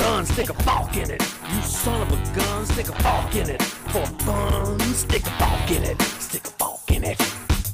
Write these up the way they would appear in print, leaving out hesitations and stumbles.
gun, stick a fork in it. You son of a gun, stick a fork in it. For fun, stick a fork in it. Stick a fork in it.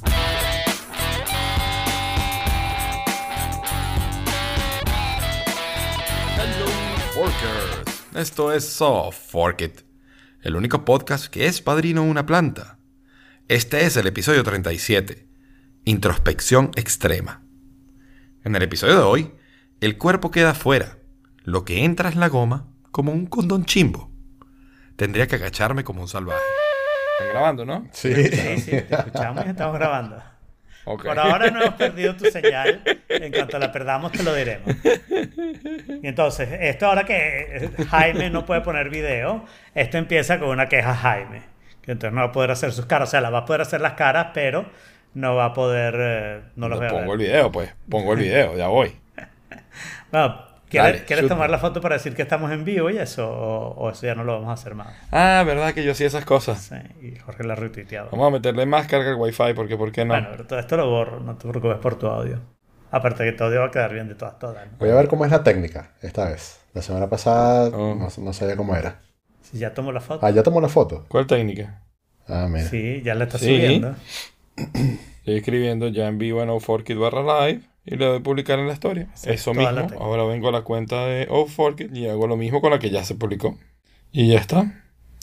Hello, Forkers. Esto es So Fork It, el único podcast que es padrino de una planta. Este es el episodio 37, Introspección Extrema. En el episodio de hoy, el cuerpo queda fuera. Lo que entra es la goma como un condón chimbo. Tendría que agacharme como un salvaje. ¿Están grabando, no? Sí, te escuchamos y estamos grabando. Okay. Por ahora no hemos perdido tu señal. En cuanto la perdamos, te lo diremos. Y entonces, esto ahora que Jaime no puede poner video, esto empieza con una queja a Jaime. Que entonces no va a poder hacer sus caras. O sea, la va a poder hacer las caras, pero no va a poder... no los voy a ver. Pongo el video, pues. Pongo el video, ya voy. Bueno, ¿quieres tomar la foto para decir que estamos en vivo y eso? ¿O eso ya no lo vamos a hacer más? Ah, verdad que yo hacía esas cosas. Sí, y Jorge la ha retuiteado. Vamos a meterle más carga al Wi-Fi, porque ¿por qué no? Bueno, pero todo esto lo borro, no te preocupes por tu audio. Aparte que tu audio va a quedar bien de todas, ¿no? Voy a ver cómo es la técnica esta vez. La semana pasada no sabía cómo era. Si ya tomo la foto. Ah, ¿ya tomó la foto? ¿Cuál técnica? Ah, mira. Sí, ya la está subiendo. Estoy escribiendo ya en vivo en O4Kid/live y le doy a publicar en la historia. Sí, eso toda mismo. la Ahora vengo a la cuenta de O4Kid y hago lo mismo con la que ya se publicó. Y ya está.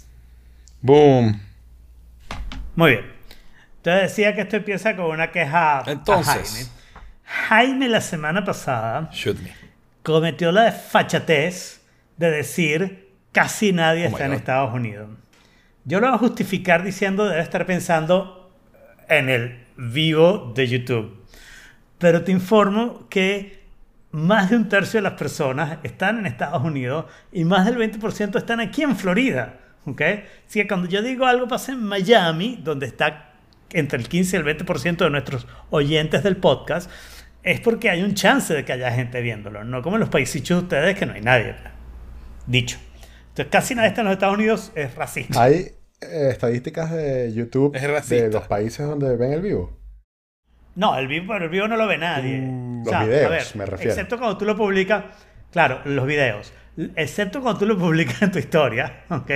Boom. Muy bien. Entonces decía que esto empieza con una queja Entonces, a Jaime. Jaime la semana pasada shoot me. cometió la desfachatez de decir casi nadie está en Estados Unidos. Yo lo voy a justificar diciendo debe estar pensando en el vivo de YouTube. Pero te informo que más de un tercio de las personas están en Estados Unidos y más del 20% están aquí en Florida. ¿Okay? Así que cuando yo digo algo pasa en Miami, donde está entre el 15 y el 20% de nuestros oyentes del podcast, es porque hay un chance de que haya gente viéndolo. No como en los paisichos de ustedes que no hay nadie. Dicho. Entonces casi nadie está en los Estados Unidos es racista. ¿Hay estadísticas de YouTube de los países donde ven el vivo? No, el vivo no lo ve nadie. Los videos, me refiero. Excepto cuando tú lo publicas, claro, los videos. Excepto cuando tú lo publicas en tu historia, ¿ok?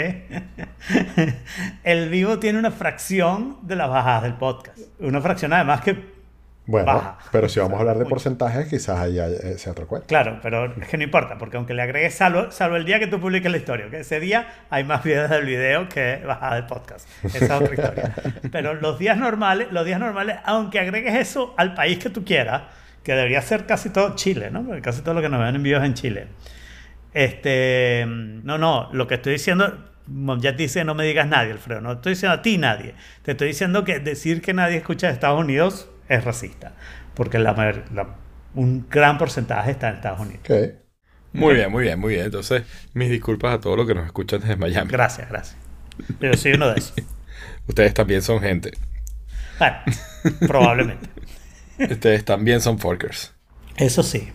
El vivo tiene una fracción de las bajadas del podcast. Una fracción además que bueno, baja. pero si vamos a hablar de porcentajes, quizás ahí sea otro cuento. Claro, pero es que no importa, porque aunque le agregues salvo el día que tú publiques la historia, ¿ok? Ese día hay más videos del video que bajadas del podcast. Esa es otra historia. Pero los días normales, aunque agregues eso al país que tú quieras, que debería ser casi todo Chile, ¿no? Porque casi todo lo que nos ven en videos en Chile. No, lo que estoy diciendo, ya te dice no me digas nadie, Alfredo, no estoy diciendo a ti nadie, te estoy diciendo que decir que nadie escucha de Estados Unidos es racista, porque un gran porcentaje está en Estados Unidos. Okay. Muy bien. Entonces, mis disculpas a todos los que nos escuchan desde Miami. Gracias. Yo soy uno de esos. Ustedes también son gente. Bueno, probablemente. Ustedes también son forkers. Eso sí.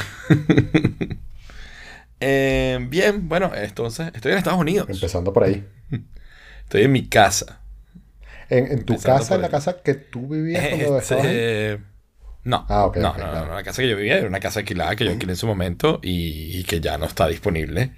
Bien, bueno, entonces estoy en Estados Unidos. Empezando por ahí. Estoy en mi casa. ¿En tu casa, en la casa que tú vivías cuando estabas ahí? No. Okay, no, la casa que yo vivía era una casa alquilada que yo alquilé en su momento y que ya no está disponible.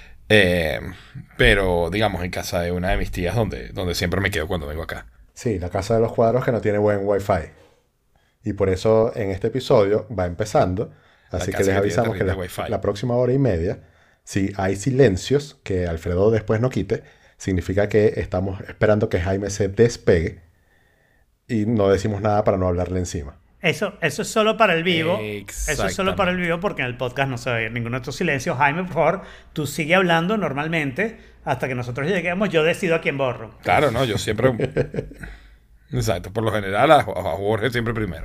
Pero, digamos, en casa de una de mis tías donde siempre me quedo cuando vengo acá. Sí, la casa de los cuadros que no tiene buen wifi. Y por eso en este episodio va empezando. Así que les avisamos que la próxima hora y media, si hay silencios que Alfredo después no quite, significa que estamos esperando que Jaime se despegue y no decimos nada para no hablarle encima. Eso es solo para el vivo. Eso es solo para el vivo porque en el podcast no se ve ningún otro silencio. Jaime, por favor, tú sigue hablando normalmente hasta que nosotros lleguemos. Yo decido a quién borro. Claro, no, yo siempre... Exacto, por lo general a Jorge siempre primero.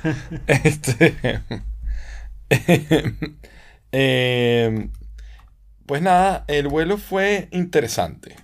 Pues nada, el vuelo fue interesante.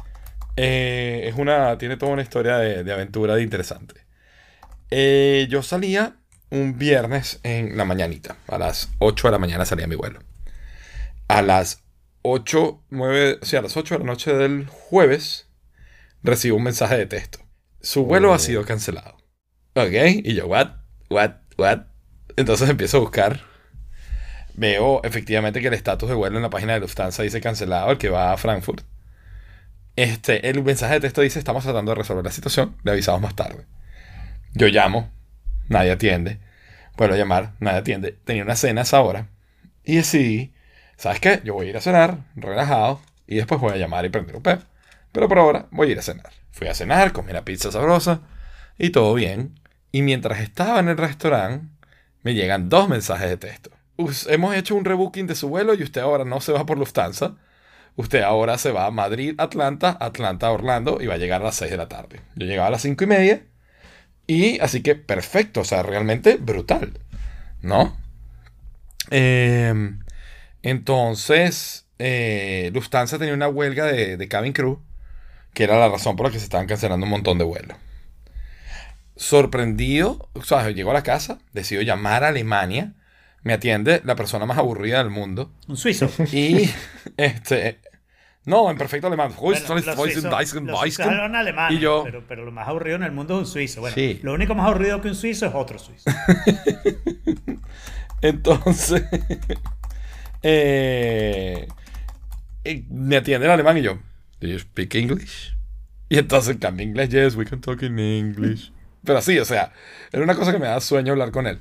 Tiene toda una historia de aventura de interesante. Yo salía un viernes en la mañanita. A las 8 de la mañana salía mi vuelo. A las 8 de la noche del jueves recibo un mensaje de texto. Su vuelo ha sido cancelado. Ok, y yo, what? Entonces empiezo a buscar veo efectivamente que el estatus de vuelo en la página de Lufthansa dice cancelado, el que va a Frankfurt. El mensaje de texto dice: estamos tratando de resolver la situación, le avisamos más tarde. Yo llamo, nadie atiende. Vuelvo a llamar, nadie atiende. Tenía una cena a esa hora y decidí, ¿sabes qué? Yo voy a ir a cenar, relajado, y después voy a llamar y prender un pep. Pero por ahora voy a ir a cenar. Fui a cenar, comí una pizza sabrosa y todo bien. Y mientras estaba en el restaurante, me llegan 2 mensajes de texto. Hemos hecho un rebooking de su vuelo y usted ahora no se va por Lufthansa. Usted ahora se va a Madrid, Atlanta, Orlando y va a llegar a las 6 de la tarde. Yo llegaba a las 5:30 y así que perfecto, o sea, realmente brutal, ¿no? Entonces, Lufthansa tenía una huelga de cabin crew, que era la razón por la que se estaban cancelando un montón de vuelos. Sorprendido, o sea, llego a la casa, decido llamar a Alemania, me atiende la persona más aburrida del mundo. Un suizo. Y, no, en perfecto alemán. Bueno, los suizos hablan alemán, y yo, pero lo más aburrido en el mundo es un suizo. Bueno, sí. Lo único más aburrido que un suizo es otro suizo. Entonces, me atiende el alemán y yo, ¿do you speak English? Y entonces cambia inglés. Yes, we can talk in English. Pero así, o sea, era una cosa que me da sueño hablar con él.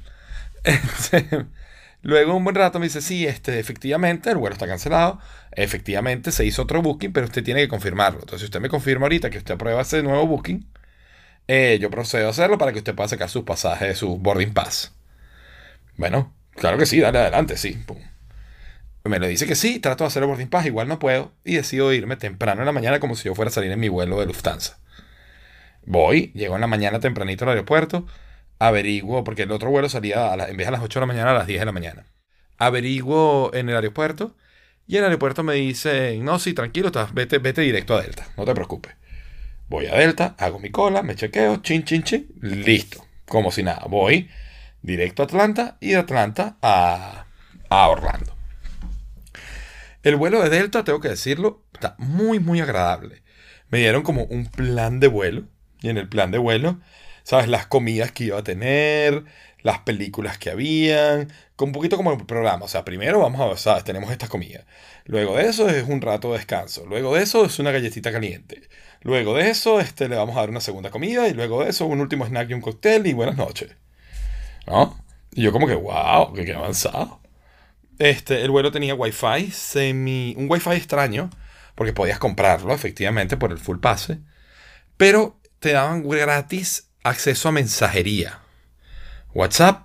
Luego un buen rato me dice: sí, efectivamente el vuelo está cancelado, efectivamente se hizo otro booking, pero usted tiene que confirmarlo. Entonces, si usted me confirma ahorita que usted aprueba ese nuevo booking, yo procedo a hacerlo para que usted pueda sacar sus pasajes, su boarding pass. Bueno, claro que sí, dale adelante, sí. Pum. Me lo dice que sí, trato de hacer el boarding pass, igual no puedo, y decido irme temprano en la mañana como si yo fuera a salir en mi vuelo de Lufthansa. Voy, llego en la mañana tempranito al aeropuerto, averiguo, porque el otro vuelo salía en vez de a las 8 de la mañana, a las 10 de la mañana. Averiguo en el aeropuerto, y en el aeropuerto me dicen: no, sí, tranquilo, vete directo a Delta, no te preocupes. Voy a Delta, hago mi cola, me chequeo, chin, listo, como si nada. Voy directo a Atlanta y de Atlanta a Orlando. El vuelo de Delta, tengo que decirlo, está muy, muy agradable. Me dieron como un plan de vuelo. Y en el plan de vuelo, ¿sabes? Las comidas que iba a tener, las películas que habían, un poquito como el programa. O sea, primero vamos a ver, ¿sabes? Tenemos estas comidas. Luego de eso es un rato de descanso. Luego de eso es una galletita caliente. Luego de eso le vamos a dar una segunda comida. Y luego de eso un último snack y un cóctel y buenas noches, ¿no? Y yo como que, wow, qué avanzado. El vuelo tenía Wi-Fi, un Wi-Fi extraño, porque podías comprarlo efectivamente por el full pase, pero te daban gratis acceso a mensajería. WhatsApp,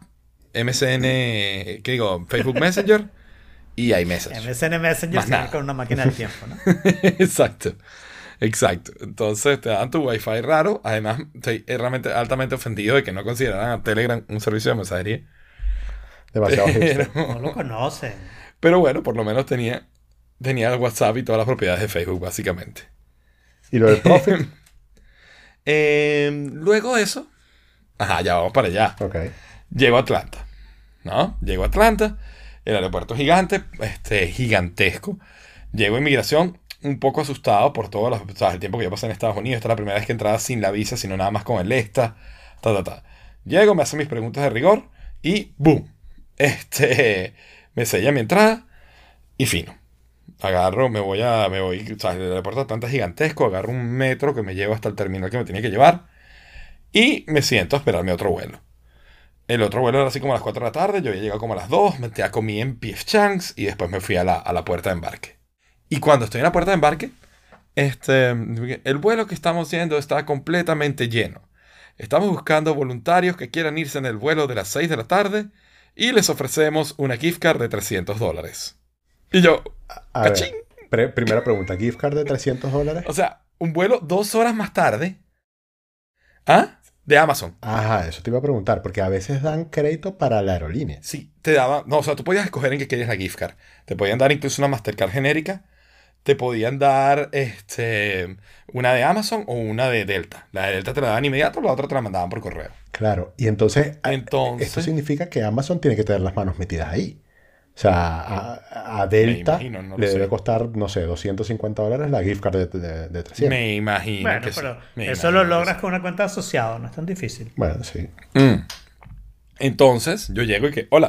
Facebook Messenger y iMessage. MSN Messenger con una máquina del tiempo, ¿no? Exacto. Entonces te daban tu Wi-Fi raro. Además, estoy realmente altamente ofendido de que no consideraran a Telegram un servicio de mensajería. Demasiado hipster. No lo conocen. Pero bueno, por lo menos tenía el WhatsApp y todas las propiedades de Facebook, básicamente. ¿Y lo del Profit? Luego de eso, ya vamos para allá. Okay. Llego a Atlanta, ¿no? Llego a Atlanta, el aeropuerto es gigante, gigantesco. Llego a inmigración un poco asustado por todo el tiempo que yo pasé en Estados Unidos. Esta es la primera vez que entraba sin la visa, sino nada más con el ESTA. Llego, me hacen mis preguntas de rigor y ¡boom! Me sella mi entrada y fino. Agarro, me voy, o sea, el aeropuerto de Atlanta es gigantesco, agarro un metro que me lleva hasta el terminal que me tenía que llevar y me siento a esperar mi otro vuelo. El otro vuelo era así como a las 4 de la tarde, yo había llegado como a las 2, ya comí en P.F. Chang's y después me fui a la puerta de embarque. Y cuando estoy en la puerta de embarque, el vuelo que estamos haciendo está completamente lleno. Estamos buscando voluntarios que quieran irse en el vuelo de las 6 de la tarde y les ofrecemos una gift card de $300. Y yo, ¡cachín! Primera pregunta, ¿gift card de $300? O sea, un vuelo 2 horas más tarde. De Amazon. Ajá, eso te iba a preguntar, porque a veces dan crédito para la aerolínea. Sí, te daban. No, o sea, tú podías escoger en qué querías la gift card. Te podían dar incluso una Mastercard genérica. Te podían dar una de Amazon o una de Delta. La de Delta te la daban inmediato, la otra te la mandaban por correo. Claro, y entonces esto significa que Amazon tiene que tener las manos metidas ahí. O sea, a Delta le debe costar, no sé, $250 la gift card de 300. Me imagino. Bueno, pero eso lo logras con una cuenta asociada, no es tan difícil. Bueno, sí. Entonces, yo llego y que, hola,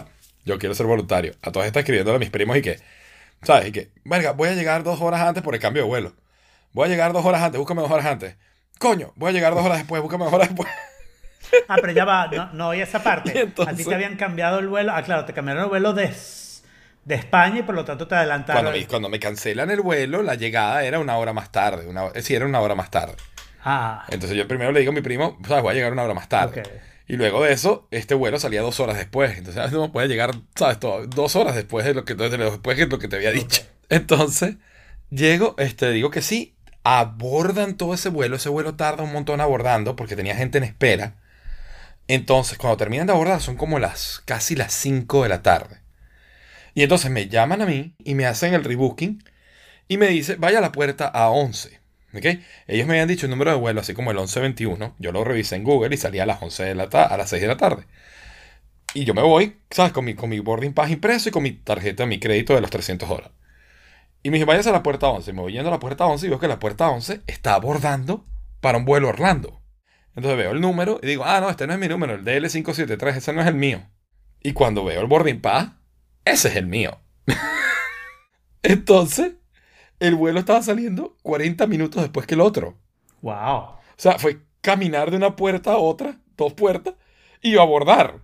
Yo quiero ser voluntario. A todas estas escribiéndole a mis primos y que, ¿sabes? Y que, verga, voy a llegar 2 horas antes por el cambio de vuelo. Voy a llegar 2 horas antes, búscame 2 horas antes. Coño, voy a llegar 2 horas después, búscame 2 horas después. Ah, pero ya va, no oí esa parte. Entonces, a ti te habían cambiado el vuelo. Ah, claro, te cambiaron el vuelo de España y por lo tanto te adelantaron. Cuando me cancelan el vuelo, la llegada era 1 hora más tarde. Sí, era 1 hora más tarde. Ah. Entonces yo primero le digo a mi primo, ¿sabes? Voy a llegar 1 hora más tarde. Okay. Y luego de eso, este vuelo salía 2 horas después. Entonces no puede llegar, ¿sabes? 2 horas después de lo que te había dicho. Okay. Entonces, llego, digo que sí. Abordan todo ese vuelo. Ese vuelo tarda un montón abordando porque tenía gente en espera. Entonces, cuando terminan de abordar, son como casi las 5 de la tarde. Y entonces me llaman a mí y me hacen el rebooking y me dice, vaya a la puerta a 11. ¿Okay? Ellos me habían dicho un número de vuelo así como el 1121. Yo lo revisé en Google y salía a las 6 de la tarde. Y yo me voy, ¿sabes? Con mi boarding pass impreso y con mi tarjeta, mi crédito de los $300. Y me dice, vayas a la puerta 11. Me voy yendo a la puerta 11 y veo que la puerta 11 está abordando para un vuelo a Orlando. Entonces veo el número y digo, no, este no es mi número, el DL573, ese no es el mío. Y cuando veo el boarding pass, ese es el mío. Entonces, el vuelo estaba saliendo 40 minutos después que el otro. ¡Wow! O sea, fue caminar de una puerta a otra, 2 puertas, y abordar.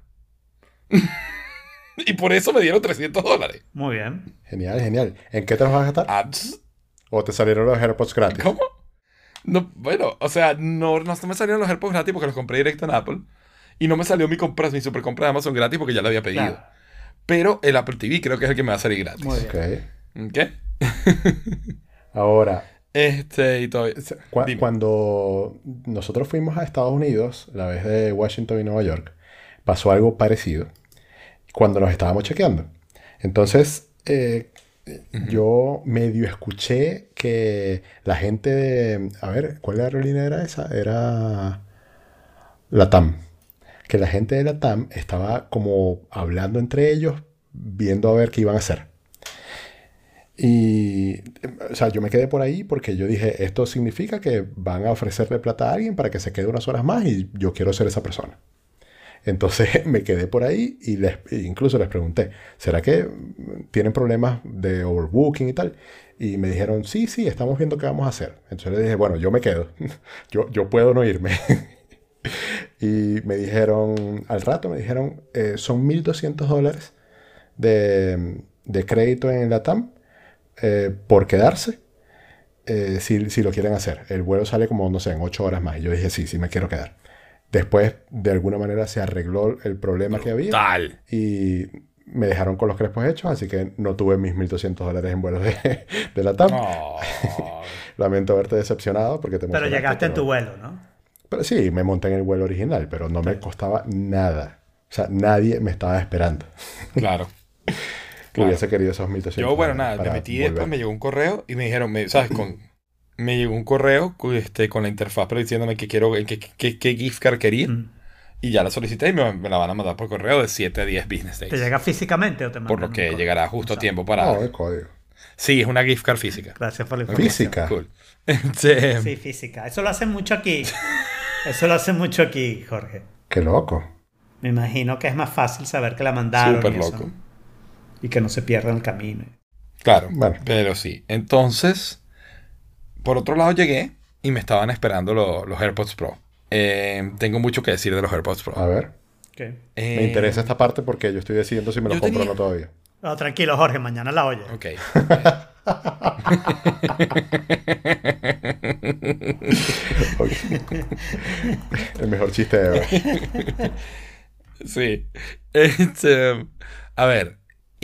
Y por eso me dieron $300. Muy bien. Genial, genial. ¿En qué te los vas a gastar? Ads. ¿O te salieron los AirPods gratis? ¿Cómo? No, bueno, o sea, no me salieron los AirPods gratis porque los compré directo en Apple. Y no me salió mi super compra de Amazon gratis porque ya lo había pedido. Claro. Pero el Apple TV creo que es el que me va a salir gratis. Muy bien. ¿Qué? Ahora, y todavía, cuando nosotros fuimos a Estados Unidos, la vez de Washington y Nueva York, pasó algo parecido cuando nos estábamos chequeando. Entonces, yo medio escuché que la gente de... A ver, ¿cuál aerolínea era esa? Era LATAM. Que la gente de LATAM estaba como hablando entre ellos, viendo a ver qué iban a hacer. Y, o sea, yo me quedé por ahí porque yo dije, esto significa que van a ofrecerle plata a alguien para que se quede unas horas más y yo quiero ser esa persona. Entonces me quedé por ahí y incluso les pregunté, ¿será que tienen problemas de overbooking y tal? Y me dijeron, sí, estamos viendo qué vamos a hacer. Entonces les dije, bueno, yo me quedo. yo puedo no irme. Y me dijeron, al rato me dijeron, son $1,200 de crédito en LATAM por quedarse, si lo quieren hacer. El vuelo sale como, no sé, en 8 horas más. Y yo dije, sí me quiero quedar. Después, de alguna manera, se arregló el problema que había. Y me dejaron con los crespos hechos, así que no tuve mis $1,200 en vuelos de LATAM. Oh. Lamento haberte decepcionado porque te emocionaste. Pero llegaste en tu vuelo, ¿no? Pero sí, me monté en el vuelo original, pero no me costaba nada. O sea, nadie me estaba esperando. Claro. Hubiese querido esos $1,200. Yo, bueno, nada, me metí después, me llegó un correo y me dijeron, ¿sabes? Me llegó un correo con la interfaz, pero diciéndome que quiero, qué gift card quería. Y ya la solicité y me la van a mandar por correo de 7 a 10 business days. ¿Te llega físicamente o te mandan? Por lo que llegará justo a tiempo para... el código. Sí, es una gift card física. Gracias por la información. ¿Física? Cool. Sí, física. Eso lo hacen mucho aquí. Jorge. Qué loco. Me imagino que es más fácil saber que la mandaron. Súper loco. ¿No? Y que no se pierda en el camino. Claro, bueno. Pero sí. Entonces, por otro lado llegué y me estaban esperando los AirPods Pro. Tengo mucho que decir de los AirPods Pro. A ver. Okay. Me interesa esta parte porque yo estoy decidiendo si me los compro o no todavía. No, tranquilo, Jorge. Mañana la oyes. Ok. El mejor chiste de hoy. Sí. A ver.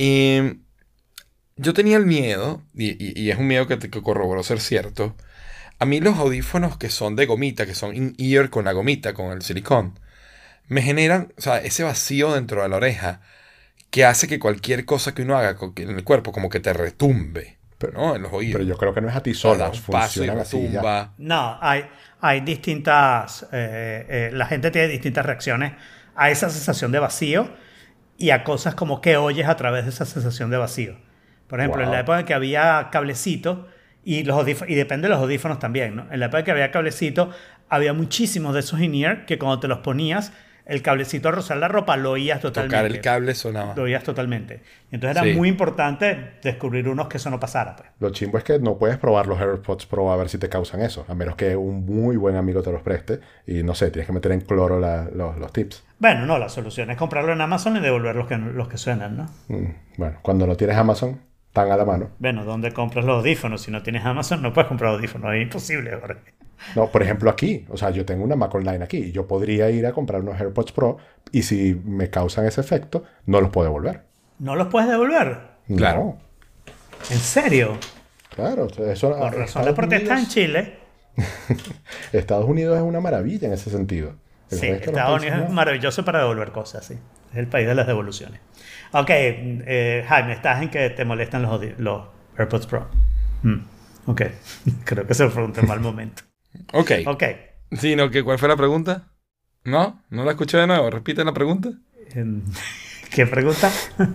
Yo tenía el miedo, y es un miedo que corroboró ser cierto. A mí los audífonos que son de gomita, que son in-ear con la gomita, con el silicón, me generan, o sea, ese vacío dentro de la oreja que hace que cualquier cosa que uno haga en el cuerpo como que te retumbe, ¿no? En los oídos. Pero yo creo que no es a ti solo. Funciona así ya. No, hay distintas... la gente tiene distintas reacciones a esa sensación de vacío y a cosas como que oyes a través de esa sensación de vacío. Por ejemplo, en la época en que había cablecito y depende de los audífonos también, ¿no? En la época en que había cablecito había muchísimos de esos in-ear que cuando te los ponías el cablecito al rozar la ropa lo oías totalmente. Tocar el cable sonaba. Lo oías totalmente. Entonces era muy importante descubrir unos que eso no pasara. Pues. Lo chimbo es que no puedes probar los AirPods Pro a ver si te causan eso, a menos que un muy buen amigo te los preste y no sé, tienes que meter en cloro los tips. Bueno, no, la solución es comprarlo en Amazon y devolver los que suenan, ¿no? Bueno, cuando no tienes Amazon, tan a la mano. Bueno, ¿dónde compras los audífonos? Si no tienes Amazon, no puedes comprar audífonos. Es imposible, Jorge. No, por ejemplo aquí, o sea, yo tengo una Mac Online aquí y yo podría ir a comprar unos AirPods Pro y si me causan ese efecto, no los puedo devolver. ¿No los puedes devolver? Claro. No. ¿En serio? Claro, eso... Por razón la protesta en Chile. Estados Unidos es una maravilla en ese sentido. Sí, Estados Unidos es maravilloso para devolver cosas, sí. Es el país de las devoluciones. Ok, Jaime, estás en que te molestan los AirPods Pro. Ok, creo que se lo pregunté en mal momento. Ok. Sí, no, ¿cuál fue la pregunta? ¿No? ¿No la escuché de nuevo? ¿Repite la pregunta? ¿Qué pregunta?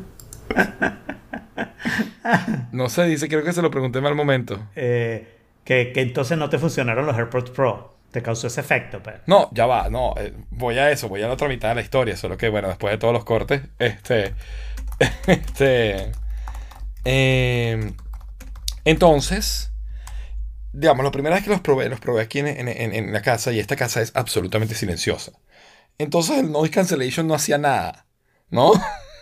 No sé, dice, creo que se lo pregunté en mal momento. Que entonces no te funcionaron los AirPods Pro. Te causó ese efecto, pero. No, ya va, no. Voy a eso, voy a la otra mitad de la historia. Solo que, bueno, después de todos los cortes, entonces, digamos, la primera vez que los probé aquí en la casa, y esta casa es absolutamente silenciosa. Entonces el noise cancellation no hacía nada, ¿no?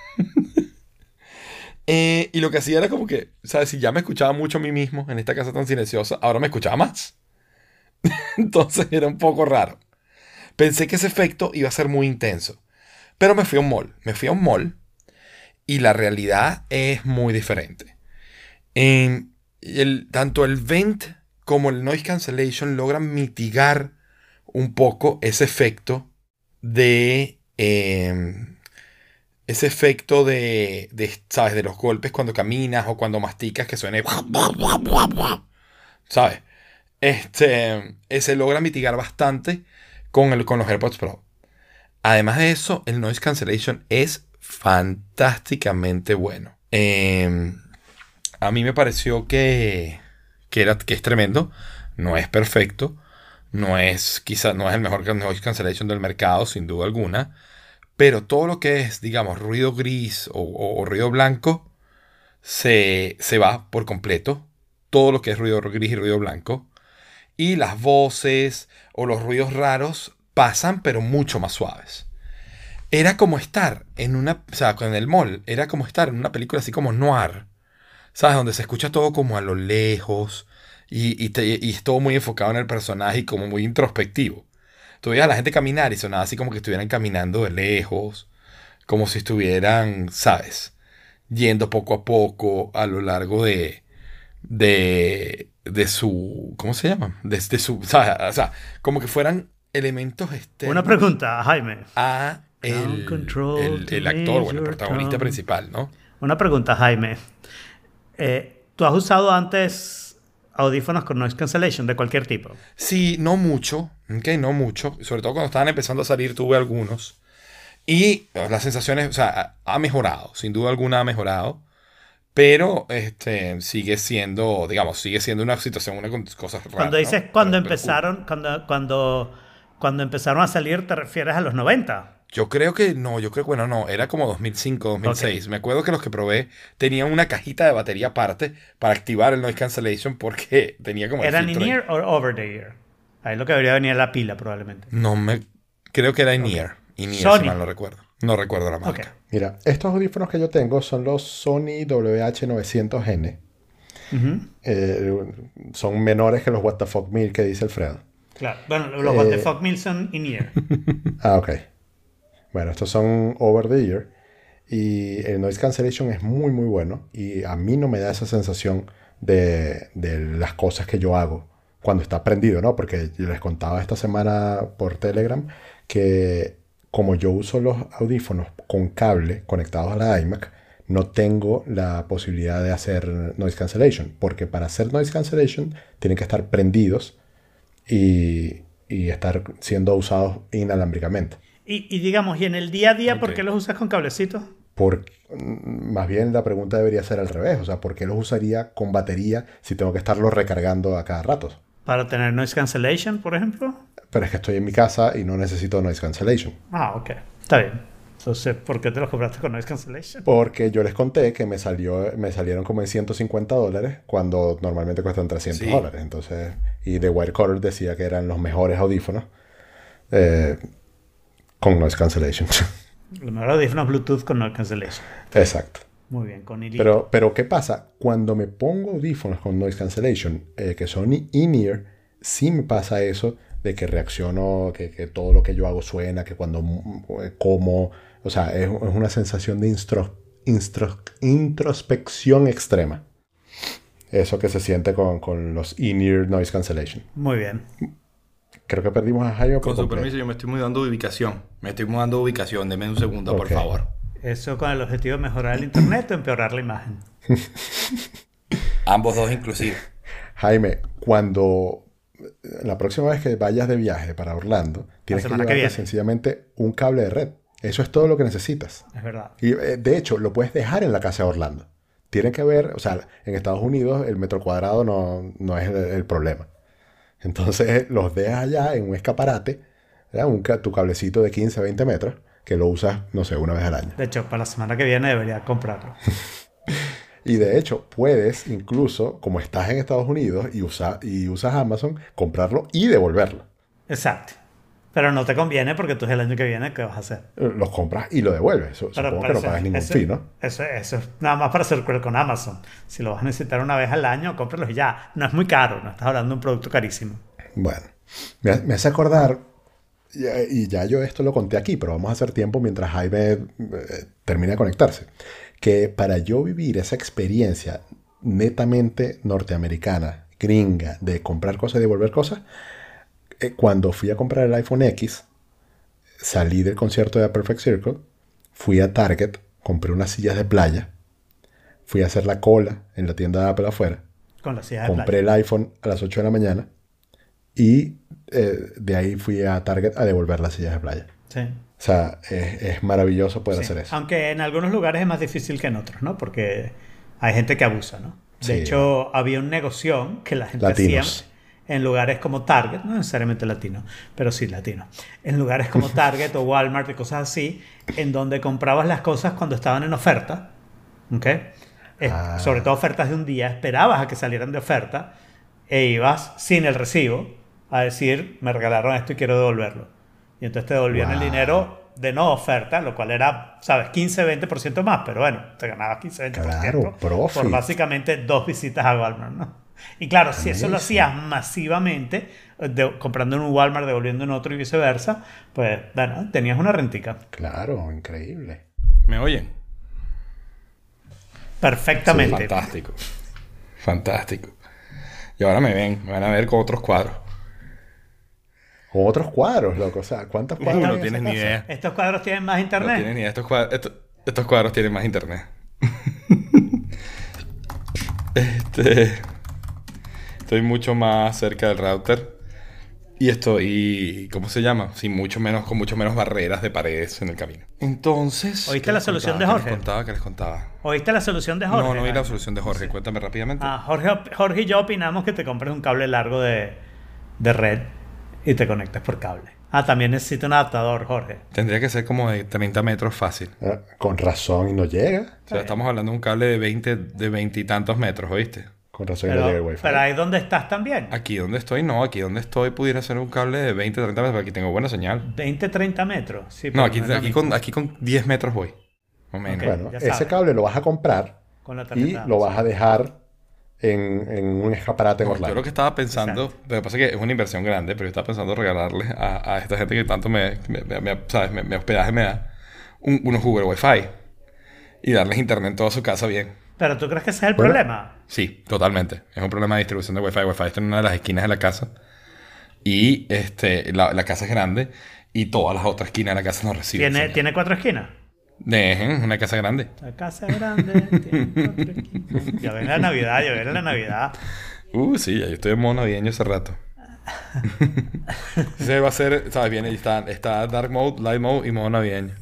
Y lo que hacía era como que, ¿sabes? Si ya me escuchaba mucho a mí mismo en esta casa tan silenciosa, ahora me escuchaba más. Entonces era un poco raro. Pensé que ese efecto iba a ser muy intenso. Pero me fui a un mall. Y la realidad es muy diferente. Tanto el vent como el noise cancellation logran mitigar un poco ese efecto de... ¿sabes? De los golpes cuando caminas o cuando masticas que suene... ¿Sabes? Se logra mitigar bastante con los AirPods Pro. Además de eso, el noise cancellation es fantásticamente bueno. A mí me pareció que es tremendo. No es perfecto. Quizás no es el mejor noise cancellation del mercado, sin duda alguna. Pero todo lo que es, digamos, ruido gris o ruido blanco se va por completo. Todo lo que es ruido gris y ruido blanco. Y las voces o los ruidos raros pasan, pero mucho más suaves. Era como estar en el mall, era como estar en una película así como noir. ¿Sabes? Donde se escucha todo como a lo lejos y es todo muy enfocado en el personaje y como muy introspectivo. Tú veías a la gente caminar y sonaba así como que estuvieran caminando de lejos, como si estuvieran, ¿sabes? Yendo poco a poco a lo largo de su... ¿Cómo se llama? De su... O sea, como que fueran elementos... Una pregunta, Jaime. A el actor, bueno, el protagonista principal, ¿no? Una pregunta, Jaime. ¿Tú has usado antes audífonos con noise cancellation de cualquier tipo? Sí, no mucho. Okay, no mucho. Sobre todo cuando estaban empezando a salir tuve algunos. Y las sensaciones, o sea, ha mejorado. Sin duda alguna ha mejorado. Pero sigue siendo, digamos, una situación, una cosa rara. Cuando dices, ¿no? Cuando empezaron a salir, ¿te refieres a los 90? Yo creo que no, era como 2005, 2006. Okay. Me acuerdo que los que probé tenían una cajita de batería aparte para activar el noise cancellation porque tenía como... ¿Eran in-ear o over-the-ear? Ahí lo que debería venir la pila probablemente. Creo que era in-ear. In-ear, si mal no recuerdo. No recuerdo la marca. Okay. Mira, estos audífonos que yo tengo son los Sony WH-900N. Son menores que los What the Fuck 1000 que dice Alfredo. Claro. Bueno, los What the Fuck 1000 son in-ear. Ok. Bueno, estos son over the ear. Y el noise cancellation es muy, muy bueno. Y a mí no me da esa sensación de las cosas que yo hago cuando está prendido, ¿no? Porque yo les contaba esta semana por Telegram que como yo uso los audífonos con cable conectados a la iMac, no tengo la posibilidad de hacer noise cancellation. Porque para hacer noise cancellation tienen que estar prendidos y estar siendo usados inalámbricamente. Y digamos, ¿y en el día a día por qué los usas con cablecitos? Más bien la pregunta debería ser al revés. O sea, ¿por qué los usaría con batería si tengo que estarlos recargando a cada rato? Para tener noise cancellation, por ejemplo. Pero es que estoy en mi casa y no necesito noise cancellation. Ah, ok. Está bien. Entonces, ¿por qué te los compraste con noise cancellation? Porque yo les conté que me salieron como en $150 cuando normalmente cuestan $300. Entonces, y The Wirecutter decía que eran los mejores audífonos con noise cancellation. Los mejores audífonos Bluetooth con noise cancellation. Exacto. Muy bien, con hilito. Pero ¿qué pasa? Cuando me pongo audífonos con noise cancellation, que son in-ear, sí me pasa eso de que reacciono, que todo lo que yo hago suena, que cuando como... O sea, es una sensación de introspección extrema. Eso que se siente con los in-ear noise cancellation. Muy bien. Creo que perdimos a Jaime. Con su permiso, yo me estoy mudando de ubicación. Deme un segundo, por favor. ¿Eso con el objetivo de mejorar el internet o empeorar la imagen? Ambos dos inclusive. Jaime, la próxima vez que vayas de viaje para Orlando, tienes que llevarte sencillamente un cable de red. Eso es todo lo que necesitas. Es verdad. Y de hecho, lo puedes dejar en la casa de Orlando. Tiene que ver, o sea, en Estados Unidos el metro cuadrado no es el problema. Entonces los dejas allá en un escaparate, tu cablecito de 15 a 20 metros, que lo usas, no sé, una vez al año. De hecho, para la semana que viene debería comprarlo. Y de hecho, puedes incluso, como estás en Estados Unidos y usas Amazon, comprarlo y devolverlo. Exacto. Pero no te conviene porque tú es el año que viene, ¿qué vas a hacer? Los compras y lo devuelves. Supongo que no pagas ningún fee, ¿no? Eso es nada más para hacer cruel con Amazon. Si lo vas a necesitar una vez al año, cómpralos y ya. No es muy caro, no estás hablando de un producto carísimo. Bueno, me hace acordar, y ya yo esto lo conté aquí, pero vamos a hacer tiempo mientras Jaime termina de conectarse, que para yo vivir esa experiencia netamente norteamericana, gringa, de comprar cosas y devolver cosas, cuando fui a comprar el iPhone X, salí del concierto de A Perfect Circle, fui a Target, compré unas sillas de playa, fui a hacer la cola en la tienda de Apple afuera, con las sillas de compré playa. el iPhone a las 8 de la mañana y de ahí fui a Target a devolver las sillas de playa. Sí. O sea, es maravilloso poder hacer eso. Aunque en algunos lugares es más difícil que en otros, ¿no? Porque hay gente que abusa, ¿no? De Sí. hecho, había un negocio que la gente Latinos. hacía en lugares como Target, no necesariamente latino, pero sí latino, en lugares como Target o Walmart y cosas así, en donde comprabas las cosas cuando estaban en oferta, ¿ok? Sobre todo ofertas de un día, esperabas a que salieran de oferta e ibas sin el recibo a decir, me regalaron esto y quiero devolverlo. Y entonces te devolvían el dinero de no oferta, lo cual era, ¿sabes? 15-20% más, pero bueno, te ganabas 15-20% Claro, profit. por básicamente 2 visitas a Walmart, ¿no? Y claro, si eso lo hacías masivamente, comprando en un Walmart, devolviendo en otro y viceversa, pues bueno, tenías una rentica. Claro, increíble. ¿Me oyen? Perfectamente. Sí, fantástico. Fantástico. Y ahora me van a ver con otros cuadros. Con otros cuadros, loco. O sea, ¿cuántos cuadros? No hay en tienes esa ni casa? idea. ¿Estos cuadros tienen más internet? No tienes ni idea. Estos cuadros tienen más internet. Estoy mucho más cerca del router. Y estoy, ¿cómo se llama? Con mucho menos barreras de paredes en el camino. Entonces... ¿Oíste la solución de Jorge? ¿Qué les contaba? ¿Oíste la solución de Jorge? No oí la solución de Jorge. Sí. Cuéntame rápidamente. Jorge y yo opinamos que te compres un cable largo de red y te conectes por cable. También necesito un adaptador, Jorge. Tendría que ser como de 30 metros fácil. Con razón y no llega. O sea, estamos hablando de un cable de 20 y tantos metros, ¿oíste? Con razón y no llega el Wi-Fi. Pero ahí donde estás también. Aquí donde estoy, no. Aquí donde estoy pudiera ser un cable de 20, 30 metros, porque aquí tengo buena señal. 20, 30 metros. Sí, no, aquí con 10 metros voy. O menos. Okay, bueno, ese cable lo vas a comprar y lo vas a dejar en un escaparate en Orlando. Yo lo que estaba pensando, lo que pasa es que es una inversión grande, pero yo estaba pensando regalarle a esta gente que tanto me hospedaje me da unos Uber Wi-Fi y darles internet en toda su casa bien. ¿Pero tú crees que ese es el problema? Sí, totalmente. Es un problema de distribución de Wi-Fi. Wi-Fi está en una de las esquinas de la casa y la casa es grande y todas las otras esquinas de la casa no reciben. ¿Tiene 4 esquinas? Una casa grande. La casa grande tiene 4 esquinas. Ya viene la Navidad. Sí, ya yo estoy en modo navideño hace rato. Se va a hacer, ¿sabes? Viene y está Dark Mode, Light Mode y modo navideño.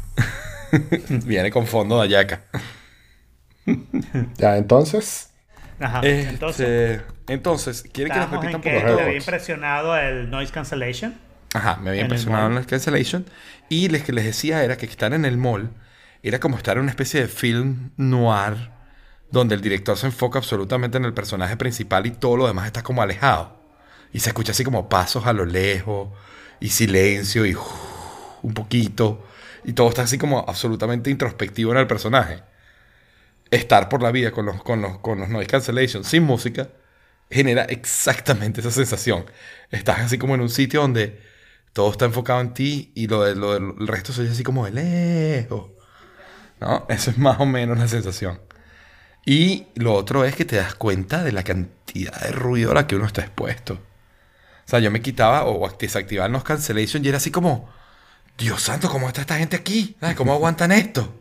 Viene con fondo de ayaca. Ya, entonces, Ajá. Entonces, ¿quieren que les repita un poco los AirPods? ¿Te había AirPods? impresionado el noise cancellation? Ajá, me había impresionado en el cancellation. Y lo que les decía era que estar en el mall era como estar en una especie de film noir donde el director se enfoca absolutamente en el personaje principal y todo lo demás está como alejado. Y se escucha así como pasos a lo lejos y silencio y un poquito. Y todo está así como absolutamente introspectivo en el personaje. Estar por la vida con los noise cancellation sin música genera exactamente esa sensación. Estás así como en un sitio donde todo está enfocado en ti y el resto se oye así como de lejos, ¿no? Eso es más o menos la sensación. Y lo otro es que te das cuenta de la cantidad de ruido a la que uno está expuesto. O sea, yo me quitaba o desactivaba los cancellation y era así como, Dios santo, ¿cómo está esta gente aquí? ¿Sabes? ¿Cómo aguantan esto?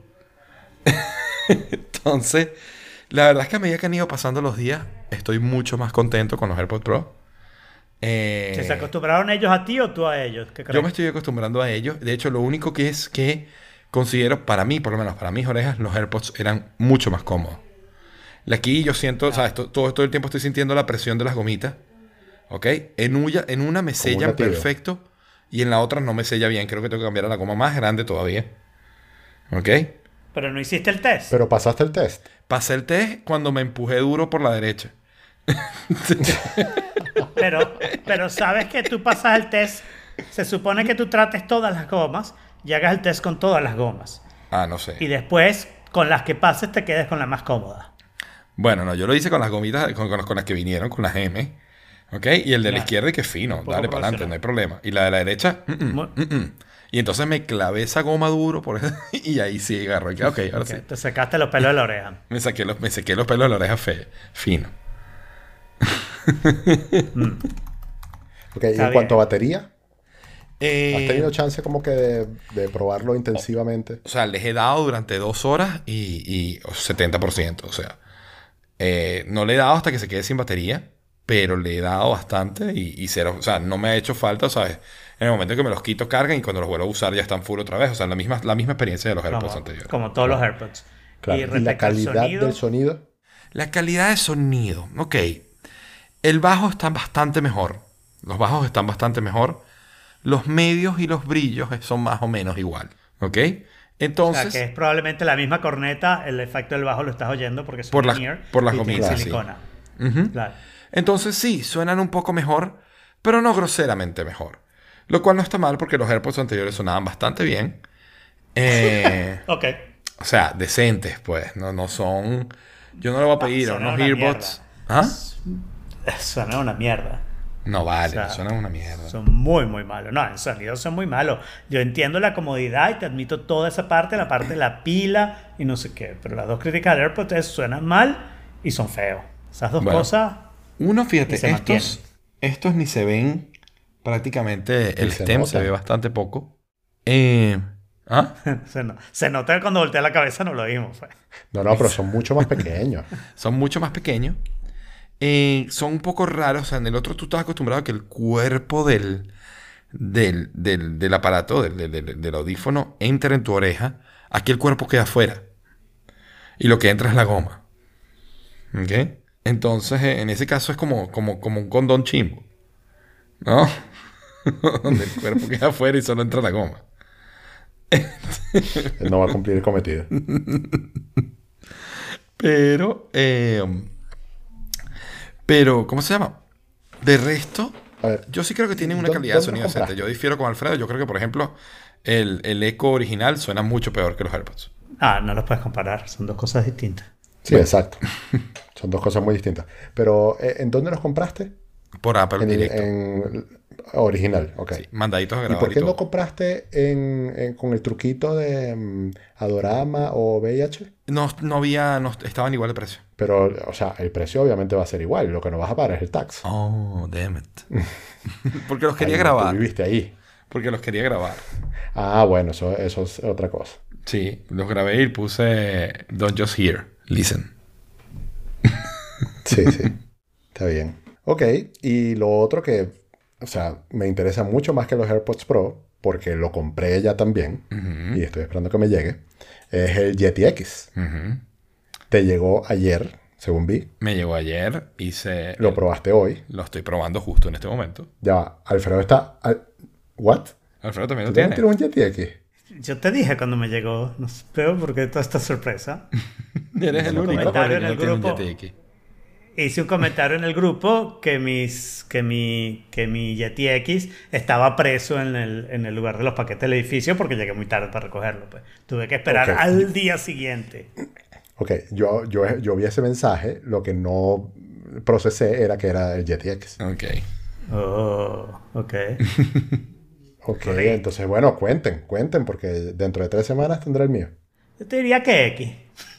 Entonces, la verdad es que a medida que han ido pasando los días, estoy mucho más contento con los AirPods Pro. ¿Se acostumbraron ellos a ti o tú a ellos? ¿Qué crees? Yo me estoy acostumbrando a ellos. De hecho, lo único que es que considero, para mí, por lo menos para mis orejas, los AirPods eran mucho más cómodos. Aquí yo siento, ¿sabes? Todo el tiempo estoy sintiendo la presión de las gomitas. ¿Ok? En una me sellan perfecto y en la otra no me sella bien. Creo que tengo que cambiar a la goma más grande todavía. ¿Ok? Pero no hiciste el test. Pero pasaste el test. Pasé el test cuando me empujé duro por la derecha. Pero sabes que tú pasas el test. Se supone que tú trates todas las gomas y hagas el test con todas las gomas. Ah, no sé. Y después, con las que pases, te quedes con la más cómoda. Bueno, no, yo lo hice con las gomitas, con las que vinieron, con las M. ¿Ok? Y el de la izquierda, que es fino. Dale para adelante, no hay problema. Y la de la derecha, Y entonces me clavé esa goma duro por eso, y ahí sí agarró. Ok, ahora sí. Te sacaste los pelos de la oreja. Me sequé los pelos de la oreja fino. Ok, y en cuanto a batería, ¿has tenido chance como que de probarlo intensivamente? O sea, les he dado durante 2 horas y 70%. O sea, no le he dado hasta que se quede sin batería, pero le he dado bastante y cero. O sea, no me ha hecho falta, ¿sabes? En el momento en que me los quito, cargan y cuando los vuelvo a usar ya están full otra vez. O sea, la misma experiencia de los AirPods anteriores. Como todos los AirPods. Claro. ¿Y la calidad del sonido? La calidad de sonido. Ok. El bajo está bastante mejor. Los bajos están bastante mejor. Los medios y los brillos son más o menos igual. ¿Ok? Entonces... O sea, que es probablemente la misma corneta. El efecto del bajo lo estás oyendo porque es por las gomitas, silicona. Sí. Claro. Entonces sí, suenan un poco mejor, pero no groseramente mejor. Lo cual no está mal porque los AirPods anteriores sonaban bastante bien. Ok. O sea, decentes, pues. No son... Yo no le voy a pedir a unos earbuds... ¿Ah? Suena una mierda. No vale, suena una mierda. Son muy, muy malos. No, en sonido son muy malos. Yo entiendo la comodidad y te admito toda esa parte, la parte de la pila y no sé qué. Pero las dos críticas del AirPods suenan mal y son feos. Esas dos cosas... Uno, fíjate, estos ni se ven prácticamente. El stem se ve bastante poco. ¿Ah? Se nota que cuando voltea la cabeza no lo vimos. Pues. No, pero son mucho más pequeños. Son mucho más pequeños. Son un poco raros. O sea, en el otro tú estás acostumbrado a que el cuerpo del aparato, del audífono, entre en tu oreja. Aquí el cuerpo queda afuera. Y lo que entra es la goma. ¿Ok? Entonces, en ese caso es como un condón chimbo. ¿No? Donde el cuerpo queda afuera y solo entra la goma. No va a cumplir el cometido. Pero, ¿cómo se llama? De resto, yo sí creo que tienen una calidad de sonido decente. Yo difiero con Alfredo. Yo creo que, por ejemplo, el Echo original suena mucho peor que los AirPods. No los puedes comparar. Son dos cosas distintas. Sí, exacto. Son dos cosas muy distintas. Pero, ¿en dónde los compraste? Por Apple directo. Original, ok. Sí, mandaditos a grabar. ¿Y por qué no compraste con el truquito de Adorama o VIH? No estaban igual de precio. Pero, o sea, el precio obviamente va a ser igual. Lo que no vas a pagar es el tax. Oh, damn it. Porque los quería grabar. Tú viviste ahí. Porque los quería grabar. Ah, bueno, eso es otra cosa. Sí, los grabé y puse Don't Just Hear, Listen. Sí. Está bien. Ok, y lo otro que, o sea, me interesa mucho más que los AirPods Pro, porque lo compré ya también, y estoy esperando que me llegue, es el Yeti X. Te llegó ayer, según vi. Me llegó ayer, Lo probaste hoy. Lo estoy probando justo en este momento. Ya va, Alfredo está... ¿What? Alfredo también lo ¿Tú tiene. tienes un Yeti X? Yo te dije cuando me llegó, no sé por qué toda esta sorpresa. Eres el único comentario en que el no tiene un grupo. Yeti X. Hice un comentario en el grupo que mi Yeti X estaba preso en el lugar de los paquetes del edificio porque llegué muy tarde para recogerlo. Pues. Tuve que esperar al día siguiente. Ok, yo vi ese mensaje. Lo que no procesé era que era el Yeti X. Ok. Oh, ok. Ok, entonces bueno, cuenten, porque dentro de 3 semanas tendré el mío. Yo te diría que X.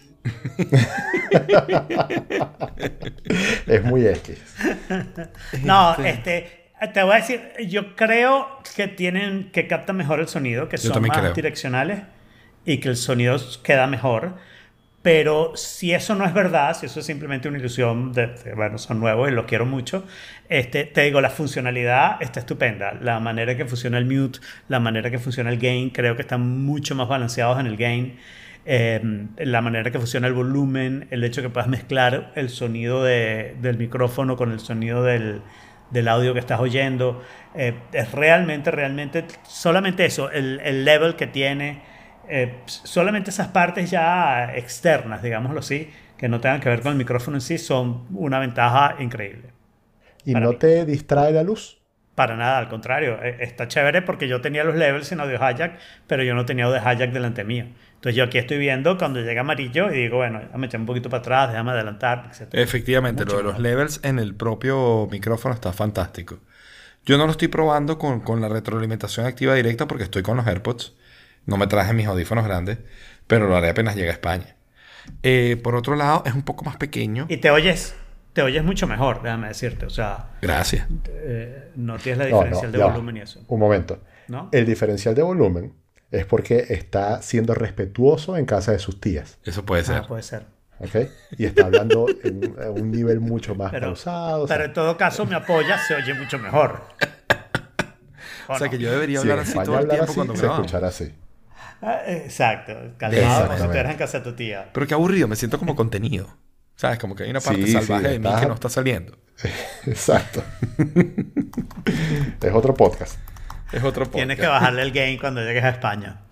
Es muy X. No, te voy a decir, yo creo que captan mejor el sonido, que son más direccionales y que el sonido queda mejor. Pero si eso no es verdad, si eso es simplemente una ilusión bueno, son nuevos y los quiero mucho, te digo, la funcionalidad está estupenda. La manera que funciona el mute, la manera que funciona el gain, creo que están mucho más balanceados en el gain. La manera que funciona el volumen, el hecho de que puedas mezclar el sonido del micrófono con el sonido del audio que estás oyendo. Es realmente, solamente eso, el level que tiene. Solamente esas partes ya externas, digámoslo así, que no tengan que ver con el micrófono en sí, son una ventaja increíble. ¿Y no te distrae la luz? Para nada, al contrario. Está chévere porque yo tenía los levels en audio hijack, pero yo no tenía audio hijack delante mío. Entonces yo aquí estoy viendo cuando llega amarillo y digo, bueno, déjame echar un poquito para atrás, déjame adelantar, etc. Efectivamente, lo de los levels en el propio micrófono está fantástico. Yo no lo estoy probando con la retroalimentación activa directa porque estoy con los AirPods. No me traje mis audífonos grandes, pero lo haré apenas llegue a España. Por otro lado, es un poco más pequeño. Y te oyes mucho mejor, déjame decirte. O sea, gracias. No tienes la diferencial de volumen y eso. Un momento. ¿No? El diferencial de volumen es porque está siendo respetuoso en casa de sus tías. Eso puede ser. Puede ser. ¿Ok? Y está hablando en un nivel mucho más pausado. Pero en todo caso, me apoya, se oye mucho mejor. O sea, que yo debería hablar así todo el tiempo cuando me escuchar así. Exacto, calmado, como si estuvieras en casa de tu tía. Pero qué aburrido, me siento como contenido. ¿Sabes? Como que hay una parte salvaje de mí que no está saliendo. Exacto. Es otro podcast. Tienes que bajarle el gain cuando llegues a España.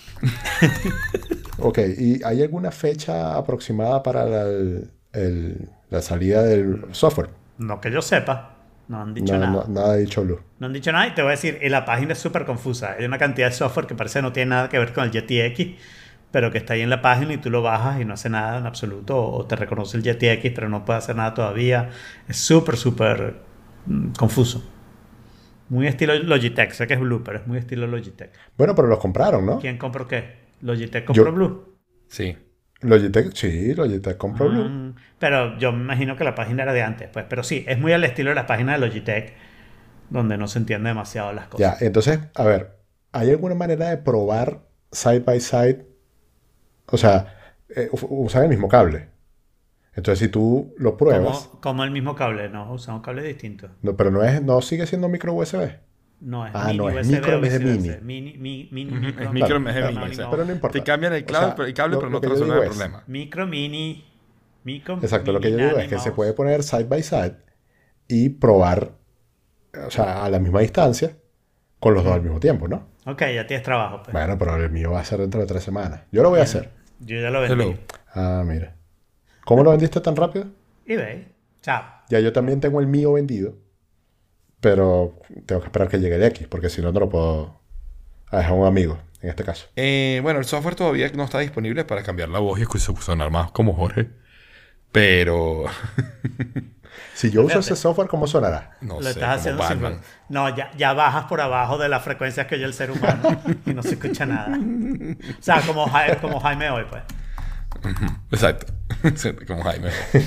Ok, ¿y hay alguna fecha aproximada para la salida del software? No que yo sepa. No han dicho nada. Nada ha dicho Lu. No han dicho nada y te voy a decir, y la página es súper confusa. Hay una cantidad de software que parece que no tiene nada que ver con el Yeti X, pero que está ahí en la página y tú lo bajas y no hace nada en absoluto. O te reconoce el Yeti X, pero no puede hacer nada todavía. Es súper confuso. Muy estilo Logitech. Sé que es Blue, pero es muy estilo Logitech. Bueno, pero los compraron, ¿no? ¿Quién compró qué? ¿Logitech compró Blue? Sí. Logitech compró Blue. Pero yo me imagino que la página era de antes, pues. Pero sí, es muy al estilo de la página de Logitech, donde no se entiende demasiado las cosas. Ya, entonces, a ver, ¿hay alguna manera de probar side by side? O sea, usar el mismo cable. Entonces, si tú lo pruebas... Como el mismo cable, no, usamos cables distintos. No, pero no sigue siendo micro USB. No, es mini no, es USB micro en vez de mini. Micro. Es micro en vez de mini. Pero no importa. Te cambian el cable, pero no te resuelve el problema. Micro, mini. Exacto, lo que yo digo es que se puede poner side by side y probar, o sea, a la misma distancia con los dos al mismo tiempo, ¿no? Ok, ya tienes trabajo. Pues. Bueno, pero el mío va a ser dentro de 3 semanas. Yo lo voy a hacer. Yo ya lo vendí. Ah, mira. ¿Cómo lo vendiste tan rápido? eBay. Chao. Ya yo también tengo el mío vendido. Pero tengo que esperar que llegue el X, porque si no, no lo puedo dejar a un amigo, en este caso. Bueno, el software todavía no está disponible para cambiar la voz y sonar más como Jorge. Pero... Si yo uso ese software, ¿cómo sonará? No lo sé, estás haciendo Batman. No, ya bajas por abajo de las frecuencias que oye el ser humano y no se escucha nada. O sea, como Jaime hoy, pues. Exacto. Como Jaime.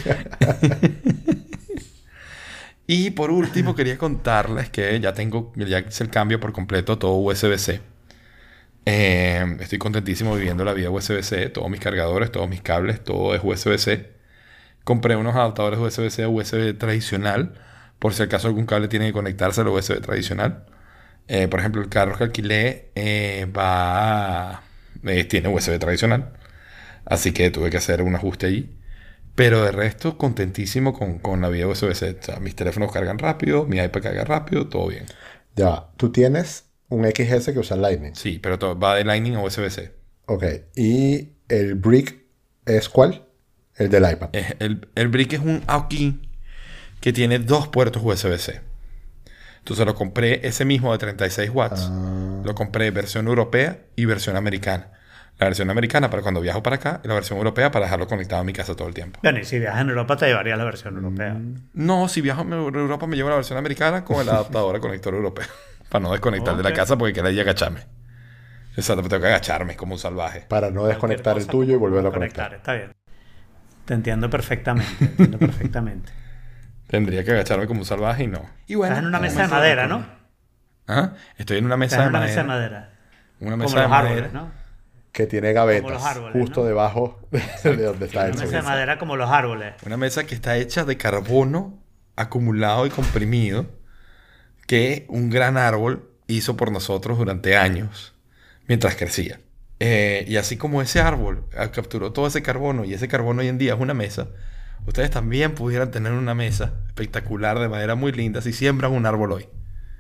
Y por último quería contarles que ya hice el cambio por completo todo USB-C. Estoy contentísimo viviendo la vida USB-C. Todos mis cargadores, todos mis cables, todo es USB-C. Compré unos adaptadores USB-C a USB tradicional, por si acaso algún cable tiene que conectarse al USB tradicional. Por ejemplo, el carro que alquilé tiene USB tradicional. Así que tuve que hacer un ajuste allí. Pero de resto, contentísimo con la vía USB-C. O sea, mis teléfonos cargan rápido, mi iPad carga rápido, todo bien. Ya va. Tú tienes un XS que usa Lightning. Sí, pero todo va de Lightning a USB-C. Ok. ¿Y el Brick es cuál? El del iPad. El Brick es un Aoki que tiene 2 puertos USB-C. Entonces lo compré ese mismo de 36 watts. Lo compré versión europea y versión americana. La versión americana para cuando viajo para acá y la versión europea para dejarlo conectado a mi casa todo el tiempo. Bueno, y si viajas en Europa te llevarías la versión europea. No, si viajo en Europa me llevo la versión americana con el adaptador al conector europeo. Para no desconectar de la casa porque quiero agacharme. Exacto, tengo que agacharme como un salvaje. Para no desconectar el tuyo y volverlo a conectar. Está bien. Te entiendo perfectamente. Tendría que agacharme como un salvaje y no. Y bueno, estás en una mesa de madera, ¿no? Ajá. Estoy en una mesa de madera. Una mesa de madera. Árboles, ¿no? Que tiene gavetas los árboles, justo ¿no? debajo de donde está el Una mesa de madera como los árboles. Una mesa que está hecha de carbono acumulado y comprimido que un gran árbol hizo por nosotros durante años mientras crecía. Y así como ese árbol capturó todo ese carbono y ese carbono hoy en día es una mesa, ustedes también pudieran tener una mesa espectacular de madera muy linda si siembran un árbol hoy.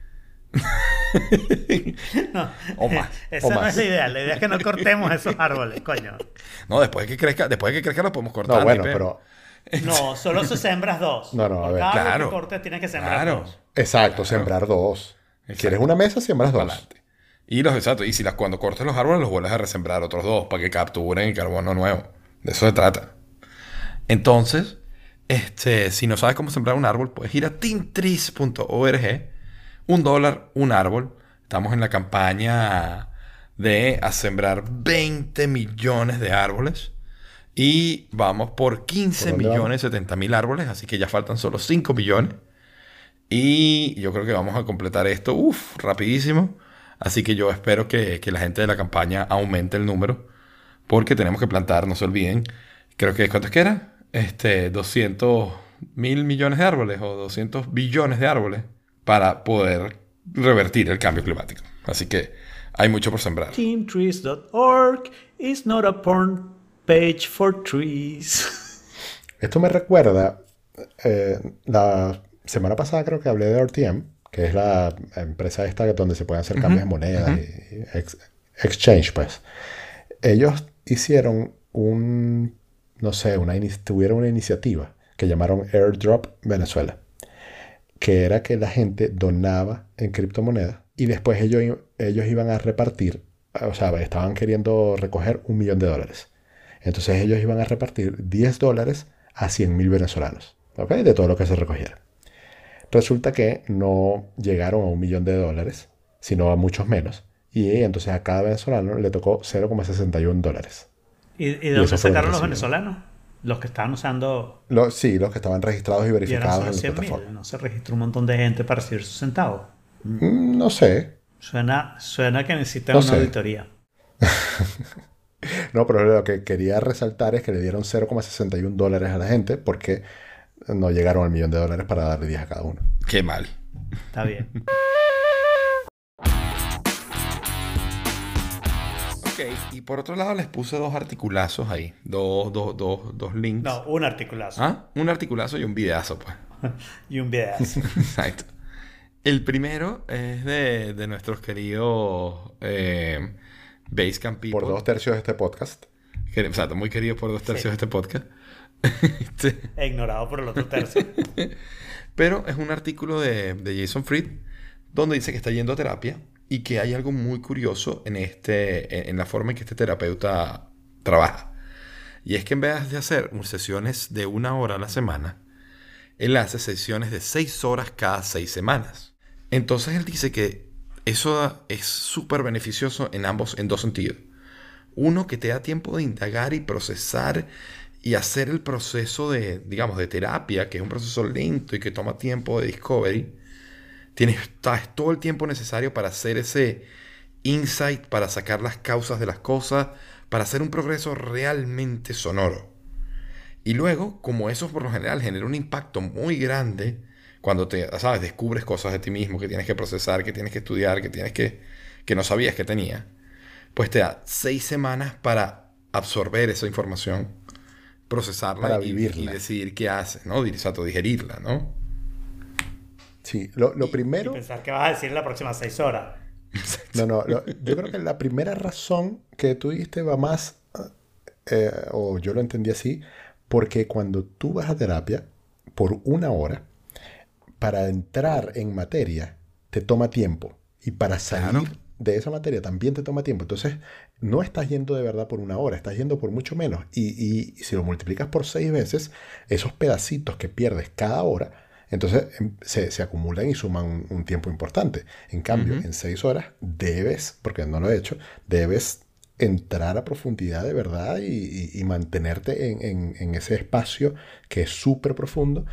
No, o más. Esa no es la idea. La idea es que no cortemos esos árboles, coño. No, después de que crezca los podemos cortar. No, bueno, pero... No, solo se sembras 2. No, a ver. Cada claro. que cortes tienes que sembrar 2. Exacto, sembrar 2. ¿Quieres una mesa? Siembras 2. Exacto. Y cuando cortes los árboles los vuelves a resembrar otros 2 para que capturen el carbono nuevo. De eso se trata. Entonces, si no sabes cómo sembrar un árbol, puedes ir a teamtrees.org. $1 un árbol. Estamos en la campaña de a sembrar 20 millones de árboles. Y vamos por 15 millones 70 mil árboles. Así que ya faltan solo 5 millones. Y yo creo que vamos a completar esto rapidísimo. Así que yo espero que la gente de la campaña aumente el número. Porque tenemos que plantar, no se olviden. Creo que, ¿cuánto es que era? 200 mil millones de árboles o 200 billones de árboles para poder revertir el cambio climático. Así que hay mucho por sembrar. Teamtrees.org is not a porn page for trees. Esto me recuerda la semana pasada creo que hablé de RTM, que es la empresa esta donde se pueden hacer cambios de moneda y exchange, pues. Ellos hicieron tuvieron una iniciativa que llamaron Airdrop Venezuela, que era que la gente donaba en criptomonedas y después ellos iban a repartir, o sea, estaban queriendo recoger $1 millón. Entonces ellos iban a repartir $10 a 100.000 venezolanos, ¿ok? De todo lo que se recogiera. Resulta que no llegaron a $1 millón, sino a muchos menos. Y entonces a cada venezolano le tocó $0,61. ¿Y de dónde sacaron los venezolanos? Los que estaban usando... Sí, los que estaban registrados y verificados en la plataforma. No se registró un montón de gente para recibir sus centavos. No sé. Suena que necesita una auditoría. No, pero lo que quería resaltar es que le dieron $0,61 a la gente porque no llegaron al $1 millón para darle 10 a cada uno. Qué mal. Está bien. Y por otro lado les puse 2 articulazos ahí. Dos links. No, un articulazo. ¿Ah? Un articulazo y un videazo, pues. Y un videazo. Exacto. El primero es de nuestros queridos Basecamp People. Por 2/3 de este podcast. Exacto, muy queridos por 2/3 de este podcast. E ignorado por el otro tercio. Pero es un artículo de Jason Fried donde dice que está yendo a terapia y que hay algo muy curioso en la forma en que este terapeuta trabaja. Y es que en vez de hacer sesiones de 1 hora a la semana, él hace sesiones de 6 horas cada 6 semanas. Entonces él dice que eso es súper beneficioso en 2 sentidos. Uno, que te da tiempo de indagar y procesar y hacer el proceso de terapia, que es un proceso lento y que toma tiempo de discovery. Tienes todo el tiempo necesario para hacer ese insight, para sacar las causas de las cosas, para hacer un progreso realmente sonoro. Y luego, como eso por lo general genera un impacto muy grande, cuando descubres cosas de ti mismo que tienes que procesar, que tienes que estudiar, que no sabías que tenía, pues te da 6 semanas para absorber esa información procesarla y decidir qué haces, ¿no? Exacto, digerirla, ¿no? Sí, lo primero... Y pensar qué vas a decir en las próximas 6 horas. Yo creo que la primera razón que tú dijiste va más, o yo lo entendí así, porque cuando tú vas a terapia por 1 hora, para entrar en materia te toma tiempo. Y para salir de esa materia también te toma tiempo. Entonces, no estás yendo de verdad por 1 hora, estás yendo por mucho menos. Y si lo multiplicas por 6 veces, esos pedacitos que pierdes cada hora, entonces se acumulan y suman un tiempo importante. En cambio, en 6 horas debes, porque no lo he hecho, debes entrar a profundidad de verdad y mantenerte en ese espacio que es súper profundo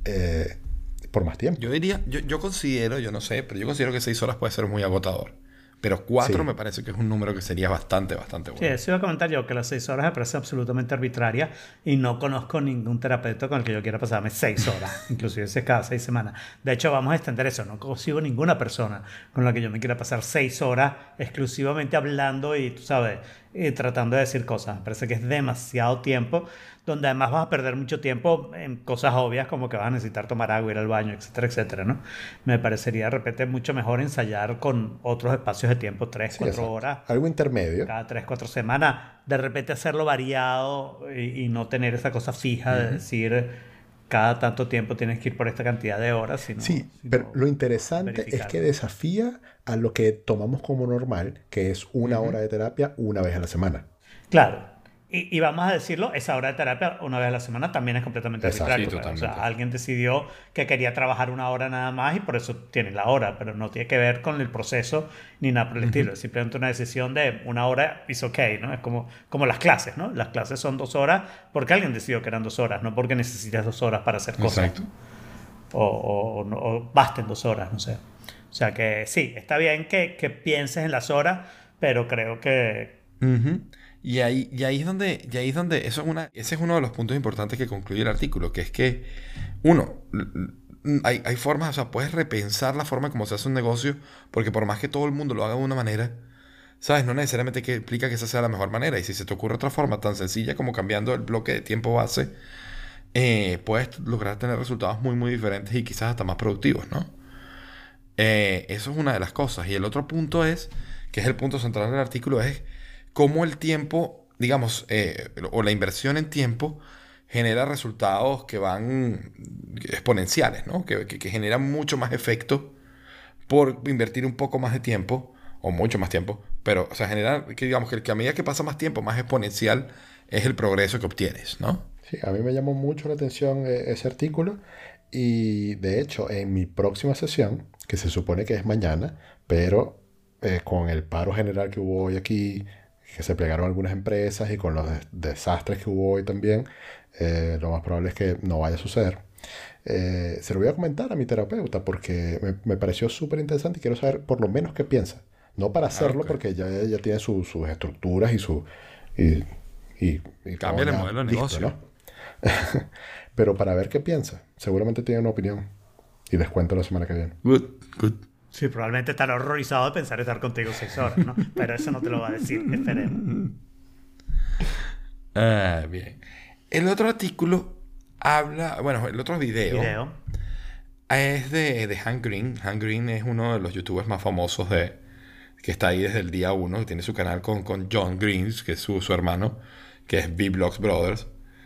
por más tiempo. Yo diría, yo considero, yo no sé, pero yo considero que 6 horas puede ser muy agotador. Pero 4 me parece que es un número que sería bastante bueno. Sí, eso iba a comentar yo, que las 6 horas me parece absolutamente arbitraria y no conozco ningún terapeuta con el que yo quiera pasarme 6 horas, inclusive si es cada 6 semanas. De hecho, vamos a extender eso, no consigo ninguna persona con la que yo me quiera pasar 6 horas exclusivamente hablando y, tú sabes, tratando de decir cosas. Me parece que es demasiado tiempo, donde además vas a perder mucho tiempo en cosas obvias como que vas a necesitar tomar agua, ir al baño, etcétera, etcétera, ¿no? Me parecería de repente mucho mejor ensayar con otros espacios de tiempo, 3, 4 horas. Algo intermedio. Cada 3, 4 semanas. De repente hacerlo variado y no tener esa cosa fija de decir cada tanto tiempo tienes que ir por esta cantidad de horas. Pero lo interesante es que desafía a lo que tomamos como normal, que es 1 hora de terapia una vez a la semana. Claro. Y vamos a decirlo, esa hora de terapia una vez a la semana también es completamente arbitrario. Sí, o sea, alguien decidió que quería trabajar 1 hora nada más y por eso tiene la hora, pero no tiene que ver con el proceso ni nada por el estilo. Es simplemente una decisión de 1 hora is okay, ¿no? Es como las clases, ¿no? Las clases son 2 horas porque alguien decidió que eran 2 horas, no porque necesitas 2 horas para hacer cosas. Exacto. O basten 2 horas, no sé. O sea que sí, está bien que pienses en las horas, pero creo que... Y ahí es donde ese es uno de los puntos importantes que concluye el artículo, que es que, hay formas, o sea, puedes repensar la forma como se hace un negocio, porque por más que todo el mundo lo haga de una manera, ¿sabes? No necesariamente que implica que esa sea la mejor manera, y si se te ocurre otra forma tan sencilla como cambiando el bloque de tiempo base, puedes lograr tener resultados muy, muy diferentes y quizás hasta más productivos, ¿no? Eso es una de las cosas. Y el otro punto que es el punto central del artículo, es cómo el tiempo, digamos, o la inversión en tiempo genera resultados que van exponenciales, ¿no? Que generan mucho más efecto por invertir un poco más de tiempo, o mucho más tiempo, pero, o sea, genera, que digamos, que a medida que pasa más tiempo, más exponencial es el progreso que obtienes, ¿no? Sí, a mí me llamó mucho la atención ese artículo, y de hecho, en mi próxima sesión, que se supone que es mañana, pero con el paro general que hubo hoy aquí, que se plegaron algunas empresas y con los desastres que hubo hoy también, lo más probable es que no vaya a suceder. Se lo voy a comentar a mi terapeuta porque me pareció súper interesante y quiero saber por lo menos qué piensa. No para hacerlo, porque ya tiene sus estructuras y cambia el modelo de negocio, ¿no? Pero para ver qué piensa. Seguramente tiene una opinión y les cuento la semana que viene. Good. Sí, probablemente estará horrorizado de pensar estar contigo 6 horas, ¿no? Pero eso no te lo va a decir, esperemos. Bien. El otro artículo el otro video es de Hank Green. Hank Green es uno de los youtubers más famosos que está ahí desde el día 1, que tiene su canal con John Green, que es su hermano, que es V-Blogs Brothers.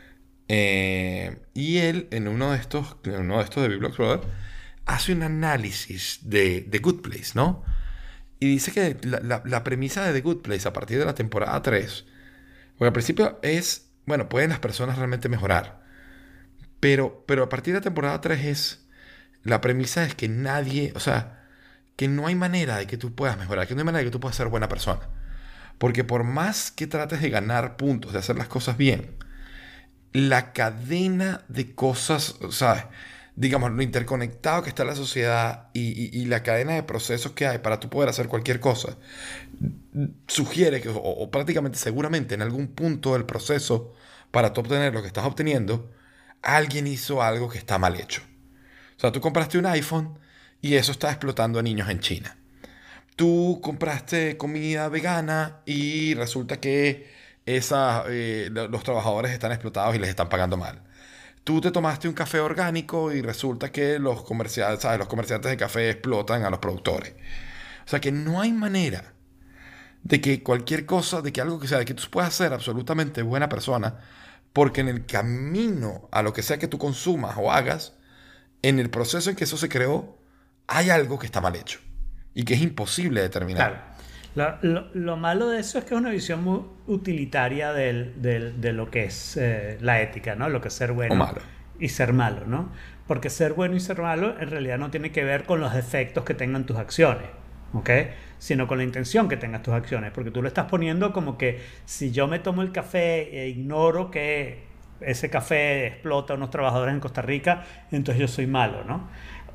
Y él, en uno de estos de V-Blogs Brothers, hace un análisis de The Good Place, ¿no? Y dice que la premisa de The Good Place a partir de la temporada 3, porque al principio pueden las personas realmente mejorar, pero a partir de la temporada 3 la premisa es que nadie, o sea, que no hay manera de que tú puedas mejorar, que no hay manera de que tú puedas ser buena persona, porque por más que trates de ganar puntos, de hacer las cosas bien, la cadena de cosas, ¿sabes? Digamos, lo interconectado que está la sociedad y la cadena de procesos que hay para tú poder hacer cualquier cosa, sugiere que, o prácticamente seguramente en algún punto del proceso para tú obtener lo que estás obteniendo, alguien hizo algo que está mal hecho. O sea, tú compraste un iPhone y eso está explotando a niños en China. Tú compraste comida vegana y resulta que los trabajadores están explotados y les están pagando mal. Tú te tomaste un café orgánico y resulta que los comerciantes de café explotan a los productores. O sea que no hay manera de que cualquier cosa, de que algo que sea, de que tú puedas ser absolutamente buena persona, porque en el camino a lo que sea que tú consumas o hagas, en el proceso en que eso se creó, hay algo que está mal hecho y que es imposible determinar. Claro. Lo malo de eso es que es una visión muy utilitaria de lo que es la ética, ¿no? Lo que es ser bueno o malo. Y ser malo, ¿no? Porque ser bueno y ser malo en realidad no tiene que ver con los efectos que tengan tus acciones, ¿ok? Sino con la intención que tengas tus acciones, porque tú lo estás poniendo como que si yo me tomo el café e ignoro que ese café explota a unos trabajadores en Costa Rica, entonces yo soy malo, ¿no?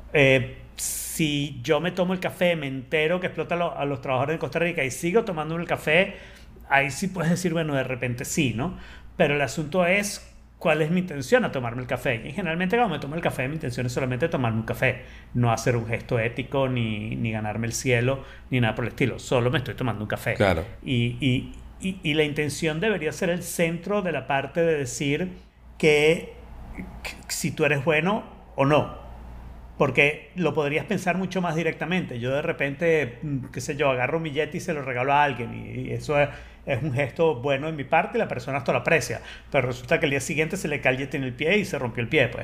Si yo me tomo el café, me entero que explota a los trabajadores de Costa Rica y sigo tomando el café, ahí sí puedes decir, bueno, de repente sí, ¿no? Pero el asunto es cuál es mi intención a tomarme el café. Y generalmente cuando me tomo el café, mi intención es solamente tomarme un café, no hacer un gesto ético, ni ganarme el cielo, ni nada por el estilo. Solo me estoy tomando un café. Claro. Y la intención debería ser el centro de la parte de decir que si tú eres bueno o no. Porque lo podrías pensar mucho más directamente. Yo de repente, qué sé yo, agarro un billete y se lo regalo a alguien. Y eso es un gesto bueno en mi parte y la persona hasta lo aprecia. Pero resulta que el día siguiente se le cae el billete en el pie y se rompió el pie. Pues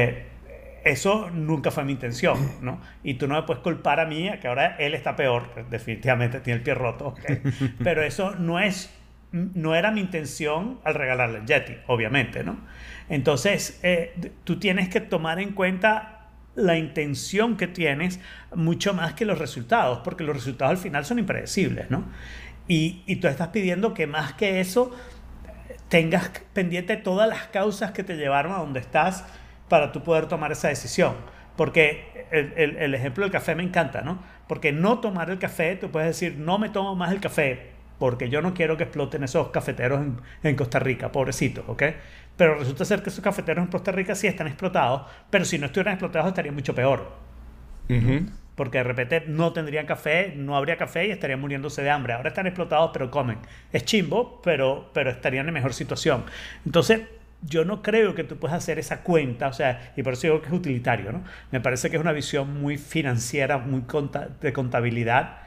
eso nunca fue mi intención, ¿no? Y tú no me puedes culpar a mí, a que ahora él está peor. Definitivamente tiene el pie roto. ¿Okay? Pero eso no era mi intención al regalarle el Yeti, obviamente, ¿no? Entonces, tú tienes que tomar en cuenta la intención que tienes mucho más que los resultados, porque los resultados al final son impredecibles, ¿no? Y tú estás pidiendo que más que eso tengas pendiente todas las causas que te llevaron a donde estás para tú poder tomar esa decisión. Porque el ejemplo del café me encanta, ¿no? Porque no tomar el café, tú puedes decir, no me tomo más el café porque yo no quiero que exploten esos cafeteros en Costa Rica, pobrecitos, ¿ok? Pero resulta ser que esos cafeteros en Costa Rica sí están explotados, pero si no estuvieran explotados estarían mucho peor. Porque de repente no tendrían café, no habría café y estarían muriéndose de hambre. Ahora están explotados, pero comen. Es chimbo, pero estarían en mejor situación. Entonces, yo no creo que tú puedas hacer esa cuenta, o sea, y por eso digo que es utilitario, ¿no? Me parece que es una visión muy financiera, muy de contabilidad,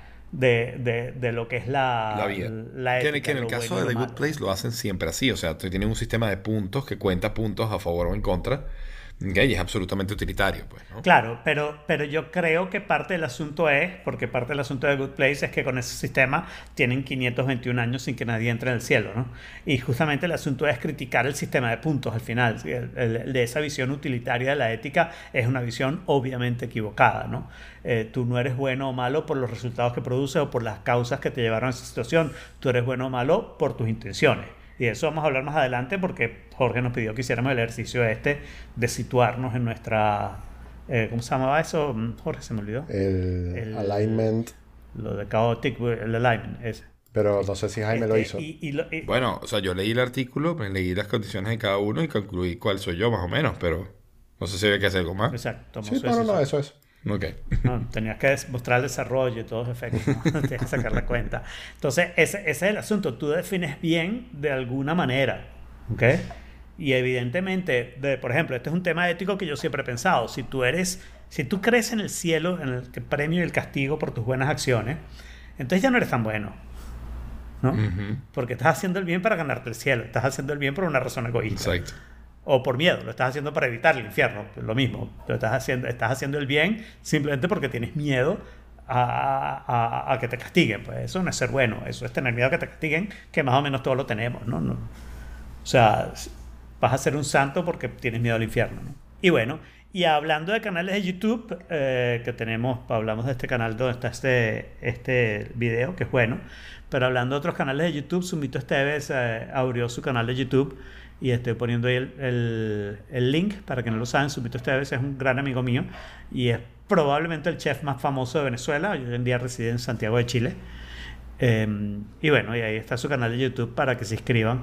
de lo que es la vida. Que en el caso de The Good Place lo hacen siempre así. O sea, tienen un sistema de puntos que cuenta puntos a favor o en contra. Y es absolutamente utilitario, pues, ¿no? Claro, pero yo creo que parte del asunto porque parte del asunto de Good Place es que con ese sistema tienen 521 años sin que nadie entre en el cielo, ¿no? Y justamente el asunto es criticar el sistema de puntos al final. De esa visión utilitaria de la ética es una visión obviamente equivocada, ¿no? Tú no eres bueno o malo por los resultados que produces o por las causas que te llevaron a esa situación. Tú eres bueno o malo por tus intenciones. Y de eso vamos a hablar más adelante porque Jorge nos pidió que hiciéramos el ejercicio de situarnos en nuestra... ¿cómo se llamaba eso? Jorge, se me olvidó. El alignment. Lo de chaotic, el alignment, ese. Pero no sé si Jaime lo hizo. Bueno, o sea, yo leí el artículo, me leí las condiciones de cada uno y concluí cuál soy yo más o menos, pero no sé si había que hacer algo más. Exacto. Sí, no, eso es. Okay. No, tenías que mostrar el desarrollo y todos los efectos, ¿no? Tenías que sacar la cuenta. Entonces, ese es el asunto. Tú defines bien de alguna manera, ¿ok? Y evidentemente, por ejemplo, este es un tema ético que yo siempre he pensado. Si tú crees en el cielo, en el premio y el castigo por tus buenas acciones, entonces ya no eres tan bueno, ¿no? Porque estás haciendo el bien para ganarte el cielo. Estás haciendo el bien por una razón egoísta. Exacto. O por miedo, lo estás haciendo para evitar el infierno, lo mismo. Estás haciendo el bien simplemente porque tienes miedo a que te castiguen. Pues eso no es ser bueno, eso es tener miedo a que te castiguen, que más o menos todos lo tenemos, ¿no? O sea, vas a ser un santo porque tienes miedo al infierno, ¿no? Y bueno, y hablando de canales de YouTube, que hablamos de este canal donde está este video, que es bueno, pero hablando de otros canales de YouTube, Sumito Esteves abrió su canal de YouTube. Y estoy poniendo ahí el link para que no lo saben. Sumito Esteves es un gran amigo mío y es probablemente el chef más famoso de Venezuela. Hoy en día reside en Santiago de Chile. Y bueno, y ahí está su canal de YouTube para que se inscriban.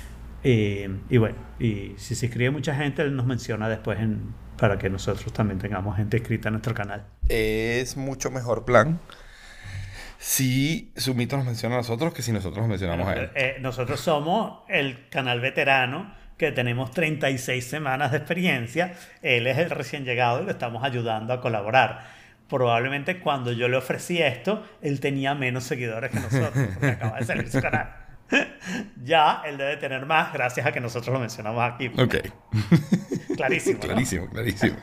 Y bueno, y si se inscribe mucha gente, él nos menciona después para que nosotros también tengamos gente inscrita en nuestro canal. Es mucho mejor plan si Sumito nos menciona a nosotros que si nosotros nos mencionamos a él. Nosotros somos el canal veterano que tenemos 36 semanas de experiencia. Él es el recién llegado y lo estamos ayudando a colaborar. Probablemente cuando yo le ofrecí esto, él tenía menos seguidores que nosotros, porque acaba de salir su canal. Ya él debe tener más gracias a que nosotros lo mencionamos aquí. Ok. Clarísimo, ¿no? Clarísimo.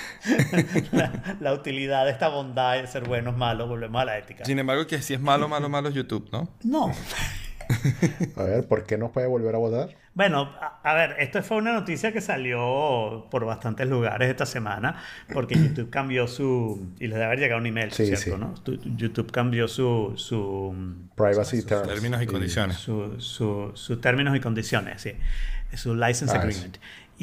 La utilidad de esta bondad de ser buenos, malos, volvemos a la ética. Sin embargo, que si es malo es YouTube, ¿no? No. A ver, ¿por qué no puede volver a votar? Bueno, a ver, esto fue una noticia que salió por bastantes lugares esta semana, porque YouTube cambió su... Y les debe haber llegado un email, sí, ¿cierto? sí. ¿No? YouTube cambió su Privacy terms. Términos y condiciones. Su términos y condiciones, sí. Su license agreement.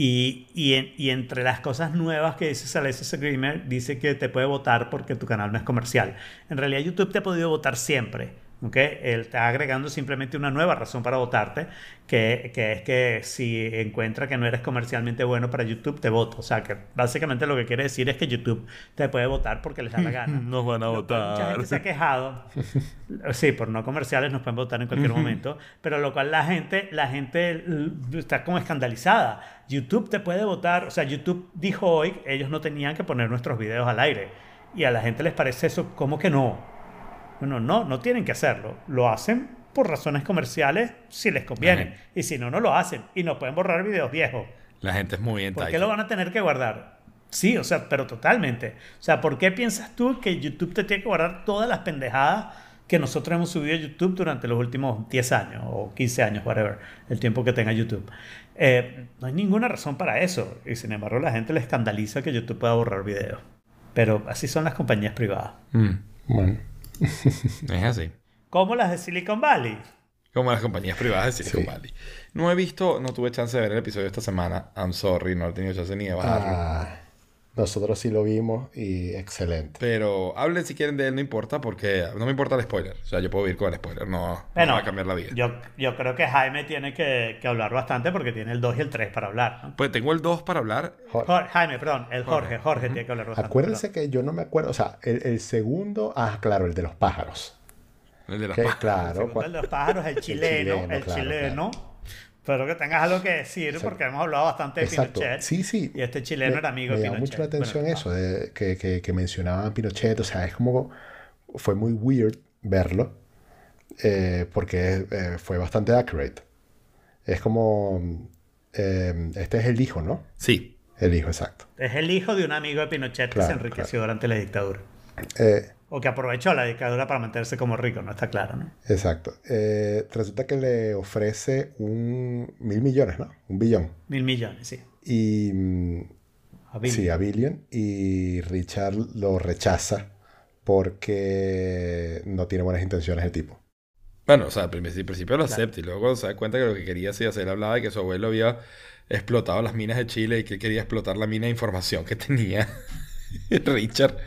Y entre las cosas nuevas que dice esa license agreement, dice que te puede votar porque tu canal no es comercial. En realidad YouTube te ha podido votar siempre. ¿Okay? Él está agregando simplemente una nueva razón para votarte, que es que si encuentra que no eres comercialmente bueno para YouTube, te vota. O sea, que básicamente lo que quiere decir es que YouTube te puede votar porque les da la gana. Nos van a votar. Mucha gente se ha quejado. Sí, por no comerciales nos pueden votar en cualquier momento, pero lo cual la gente está como escandalizada. YouTube te puede votar. O sea, YouTube dijo hoy que ellos no tenían que poner nuestros videos al aire. Y a la gente les parece eso, ¿cómo que no? Bueno, no tienen que hacerlo. Lo hacen por razones comerciales si les conviene. Y si no, no lo hacen. Y no pueden borrar videos viejos. La gente es muy entitled. ¿Por qué lo van a tener que guardar? Sí, o sea, pero totalmente. O sea, ¿por qué piensas tú que YouTube te tiene que guardar todas las pendejadas que nosotros hemos subido a YouTube durante los últimos 10 años o 15 años, whatever, el tiempo que tenga YouTube? No hay ninguna razón para eso. Y sin embargo, la gente le escandaliza que YouTube pueda borrar videos. Pero así son las compañías privadas. Bueno. Es así. Como las de Silicon Valley. Como las compañías privadas de Silicon Valley. No tuve chance de ver el episodio esta semana. I'm sorry, no he tenido chance ni de bajarlo. Nosotros sí lo vimos y excelente. Pero hablen si quieren de él, no importa, porque no me importa el spoiler. O sea, yo puedo ir con el spoiler, no va a cambiar la vida. Yo creo que Jaime tiene que hablar bastante porque tiene el 2 y el 3 para hablar, ¿no? Pues tengo el 2 para hablar. Jaime, perdón, Jorge tiene que hablar bastante. Acuérdense que yo no me acuerdo, o sea, el segundo, claro, el de los pájaros. El de los pájaros. Claro. El de los pájaros, el chileno. Claro. Pero que tengas algo que decir, porque hemos hablado bastante de Pinochet. Sí. Y este chileno era amigo de Pinochet. Me llamó mucho la atención eso, de que mencionaban Pinochet. O sea, es como... Fue muy weird verlo, porque fue bastante accurate. Es como... este es el hijo, ¿no? Sí. El hijo, exacto. Es el hijo de un amigo de Pinochet que se enriqueció durante la dictadura. O que aprovechó la dictadura para mantenerse como rico, no está claro, ¿no? Exacto. Resulta que le ofrece 1.000 millones, ¿no? 1 billón. 1.000 millones, sí. Y... a Billion. Y Richard lo rechaza porque no tiene buenas intenciones el tipo. Bueno, o sea, al principio lo acepta y luego cuando se da cuenta que lo que quería hacer, hablaba de que su abuelo había explotado las minas de Chile y que quería explotar la mina de información que tenía Richard.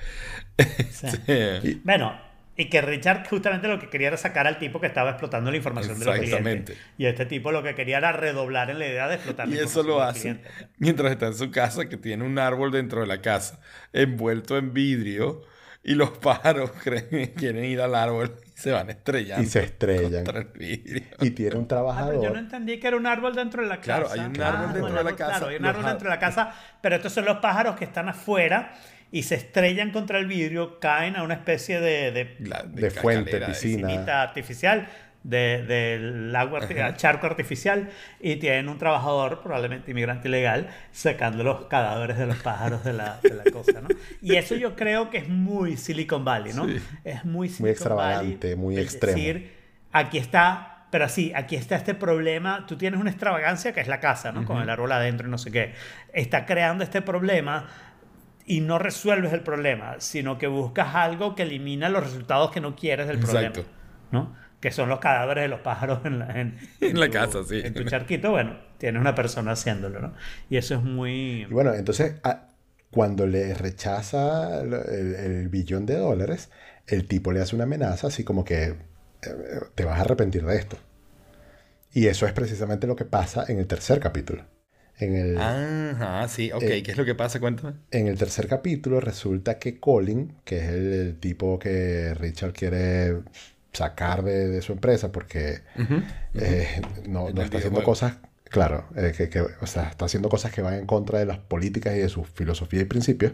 Sí. Bueno, y que Richard justamente lo que quería era sacar al tipo que estaba explotando la información de los clientes. Y este tipo lo que quería era redoblar en la idea de explotar la información. Y eso lo hace mientras está en su casa, que tiene un árbol dentro de la casa, envuelto en vidrio, y los pájaros quieren ir al árbol y se van estrellando. Y se estrellan. Contra el vidrio. Y tiene un trabajador. Pero yo no entendí que era un árbol dentro de la casa. Claro, hay un árbol dentro de la casa. Claro, hay un árbol dentro de la casa, pero estos son los pájaros que están afuera y se estrellan contra el vidrio, caen a una especie de fuente, piscina artificial, del agua, charco artificial, y tienen un trabajador, probablemente inmigrante ilegal, sacando los cadáveres de los pájaros de la cosa, ¿no? Y eso yo creo que es muy Silicon Valley, ¿no? Sí. Es muy Silicon muy extravagante, Valley, muy extremo. Es decir, aquí está... Pero sí, aquí está este problema. Tú tienes una extravagancia que es la casa, ¿no? Con el árbol adentro y no sé qué. Está creando este problema y no resuelves el problema, sino que buscas algo que elimina los resultados que no quieres del problema. Exacto. ¿No? Que son los cadáveres de los pájaros en la casa, sí. En tu charquito, bueno, tienes una persona haciéndolo, ¿no? Y eso es muy... Y bueno, entonces, cuando le rechaza el billón de dólares, el tipo le hace una amenaza así como que te vas a arrepentir de esto. Y eso es precisamente lo que pasa en el tercer capítulo. Ajá, sí, ok. ¿Qué es lo que pasa? Cuéntame. En el tercer capítulo resulta que Colin, que es el tipo que Richard quiere sacar de su empresa porque no está haciendo cosas, claro, o sea, está haciendo cosas que van en contra de las políticas y de su filosofía y principios.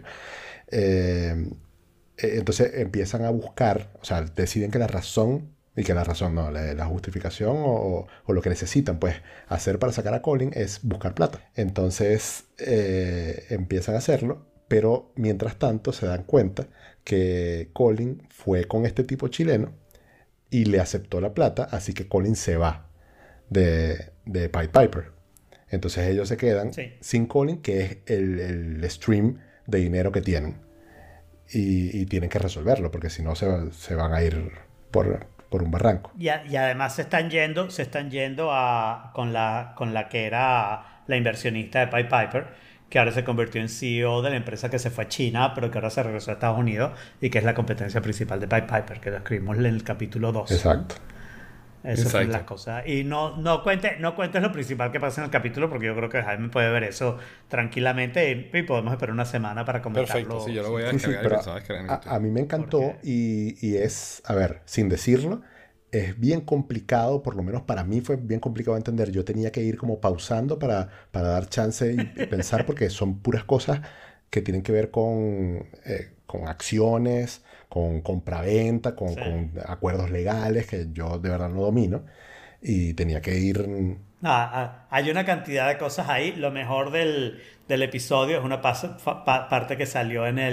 Entonces empiezan a buscar, o sea, deciden que la razón no, la justificación o lo que necesitan pues hacer para sacar a Colin es buscar plata. Entonces empiezan a hacerlo, pero mientras tanto se dan cuenta que Colin fue con este tipo chileno y le aceptó la plata, así que Colin se va de Pied Piper. Entonces ellos se quedan sin Colin, que es el stream de dinero que tienen. Y tienen que resolverlo, porque si no se van a ir por un barranco. Y además se están yendo con la que era la inversionista de Pied Piper, que ahora se convirtió en CEO de la empresa que se fue a China, pero que ahora se regresó a Estados Unidos y que es la competencia principal de Pied Piper, que lo escribimos en el capítulo 2. Exacto. Esas son las cosas. Y no cuentes lo principal que pasa en el capítulo, porque yo creo que Jaime puede ver eso tranquilamente y podemos esperar una semana para comentarlo. Perfecto, sí, yo lo voy a descargar. A mí me encantó y es, a ver, sin decirlo, es bien complicado, por lo menos para mí fue bien complicado de entender. Yo tenía que ir como pausando para dar chance y pensar, porque son puras cosas que tienen que ver con acciones, con compraventa, con acuerdos legales que yo de verdad no domino y tenía que ir... Hay una cantidad de cosas ahí. Lo mejor del episodio es una parte que salió en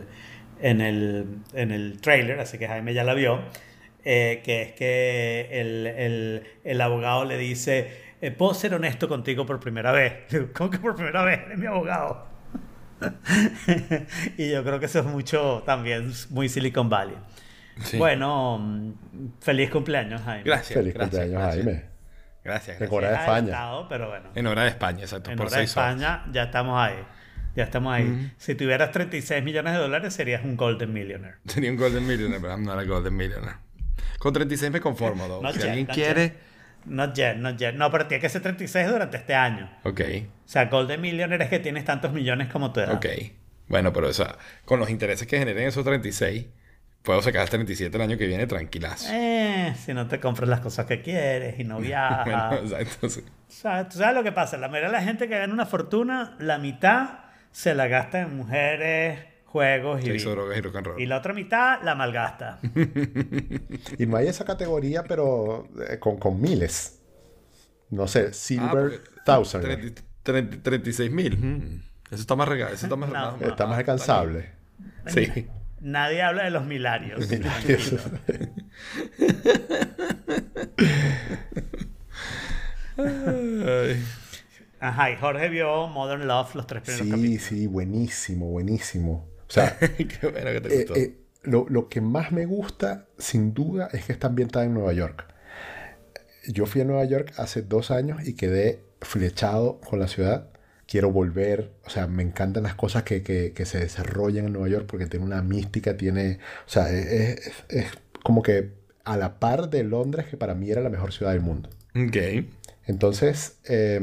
el trailer, así que Jaime ya la vio, que es que el abogado le dice, ¿puedo ser honesto contigo por primera vez? ¿Cómo que por primera vez? Eres mi abogado. Y yo creo que eso es también muy Silicon Valley. Sí. Bueno, feliz cumpleaños, Jaime. Gracias. Feliz cumpleaños, Jaime. Gracias. En hora de España. Pero bueno. En hora de España, exacto. En hora de España ya estamos ahí. Si tuvieras 36 millones de dólares serías un Golden Millionaire. Sería un Golden Millionaire, pero no era Golden Millionaire. Con 36 me conformo, ¿no? Si alguien quiere... Not yet. No, pero tiene que ser 36 durante este año. Ok. O sea, Golden Millionaire es que tienes tantos millones como tu edad. Ok. Bueno, pero o sea, con los intereses que generen esos 36, puedo sacar el 37 el año que viene tranquilazo. Si no te compras las cosas que quieres y no viajas. Bueno, exacto, sí. O sea, tú sabes lo que pasa. La mayoría de la gente que gana una fortuna, la mitad se la gasta en mujeres, juegos y drogas y rock and roll. Y la otra mitad la malgasta. Y no hay esa categoría, pero con miles. No sé, Silver Thousand. 36,000. Eso está más regado. Está más alcanzable. Sí. Nadie habla de los milarios. Ajá, y Jorge vio Modern Love los 3 primeros capítulos. Sí, buenísimo. O sea, qué bueno que te gustó. Lo que más me gusta, sin duda, es que está ambientada en Nueva York. Yo fui a Nueva York hace 2 años y quedé flechado con la ciudad. Quiero volver. O sea, me encantan las cosas que se desarrollan en Nueva York porque tiene una mística, o sea, es como que a la par de Londres, que para mí era la mejor ciudad del mundo. Ok. Entonces,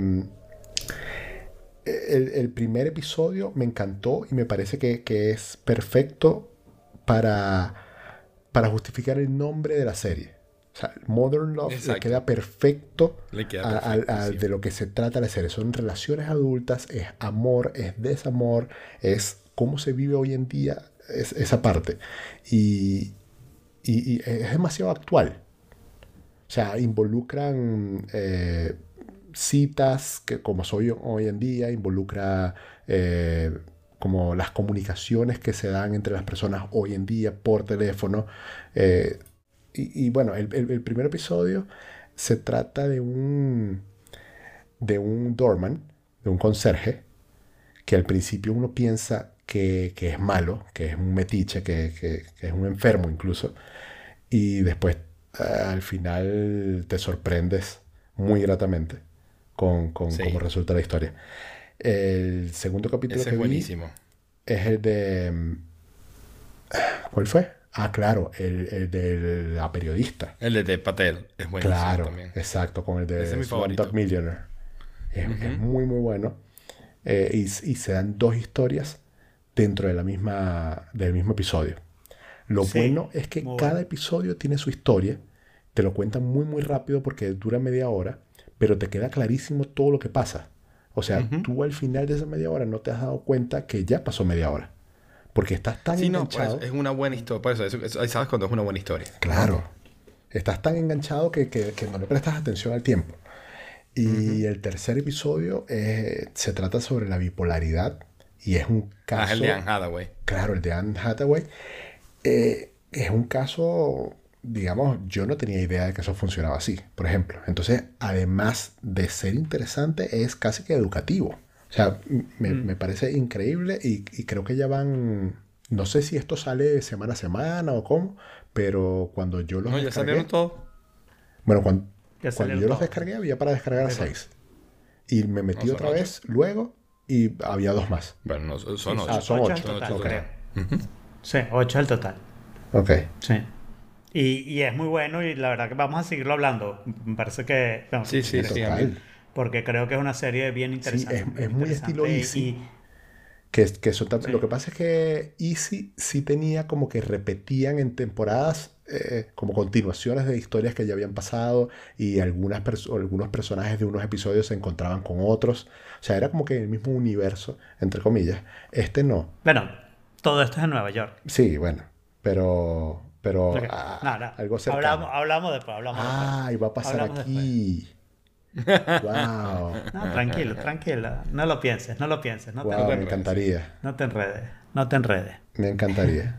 el primer episodio me encantó y me parece que es perfecto para justificar el nombre de la serie. O sea, Modern Love le queda perfecto de lo que se trata la serie. Son relaciones adultas, es amor, es desamor, es cómo se vive hoy en día, es esa parte. Y es demasiado actual. O sea, involucran citas, que como soy hoy en día, involucra como las comunicaciones que se dan entre las personas hoy en día por teléfono. Y bueno, el primer episodio se trata de un doorman, de un conserje, que al principio uno piensa que es malo, que es un metiche, que es un enfermo incluso, y después al final te sorprendes muy gratamente con cómo resulta la historia. El segundo capítulo que vi es el de... ¿Cuál fue? Ah, claro, el de la periodista. El de Patel, es buenísimo claro, también. Exacto, con el de Slumdog Millionaire. Es muy, muy bueno. y se dan dos historias dentro de del mismo episodio. Lo bueno es que cada episodio tiene su historia. Te lo cuentan muy, muy rápido porque dura media hora, pero te queda clarísimo todo lo que pasa. O sea, tú al final de esa media hora no te has dado cuenta que ya pasó media hora. Porque estás tan enganchado. No, es una buena historia. Por eso, ¿sabes cuando es una buena historia? Claro. Estás tan enganchado que no le prestas atención al tiempo. Y el tercer episodio se trata sobre la bipolaridad. Y es un caso... es el de Anne Hathaway. Claro, el de Anne Hathaway. Es un caso... Digamos, yo no tenía idea de que eso funcionaba así, por ejemplo. Entonces, además de ser interesante, es casi que educativo. O sea, me parece increíble y creo que ya van... No sé si esto sale semana a semana o cómo, pero cuando yo los descargué... ¿Ya salieron todos? Bueno, cuando yo los descargué había para descargar 6. Y me metí otra vez luego y había 2 más. Bueno, son 8. Son 8. Total, Okay. Sí, 8 al total. Ok. Sí. Y es muy bueno y la verdad que vamos a seguirlo hablando. Me parece que... Bueno, sí, total. Porque creo que es una serie bien interesante. Sí, es muy estilo Easy. Eso también, sí. Lo que pasa es que Easy sí tenía como que repetían en temporadas como continuaciones de historias que ya habían pasado y algunos personajes de unos episodios se encontraban con otros. O sea, era como que el mismo universo, entre comillas. Este no. Bueno, todo esto es en Nueva York. Sí, bueno, pero algo cercano. Hablamos después. Y va a pasar aquí. Wow. No, tranquilo. No lo pienses. Me encantaría. No te enredes. Me encantaría.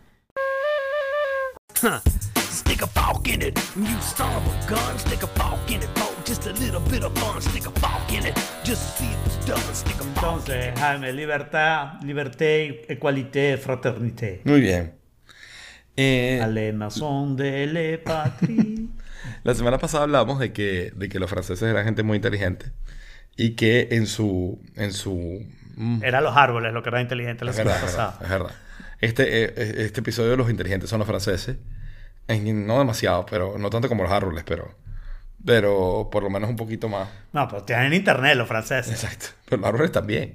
Stick a fork in it. You son of a gun. Stick a fork in it. Oh, just a little bit of fun. Stick a fork in it. Just see if it's done. Stick a fork in it. Entonces, Jaime, liberté, égalité, fraternité. Muy bien. A la maison de la patrie. La semana pasada hablamos de que los franceses eran gente muy inteligente y que en su Eran los árboles lo que era inteligente la semana pasada. Es verdad. Este episodio de los inteligentes son los franceses. No demasiado, pero no tanto como los árboles, pero por lo menos un poquito más. No, pero tienen internet los franceses. Exacto. Pero los árboles también.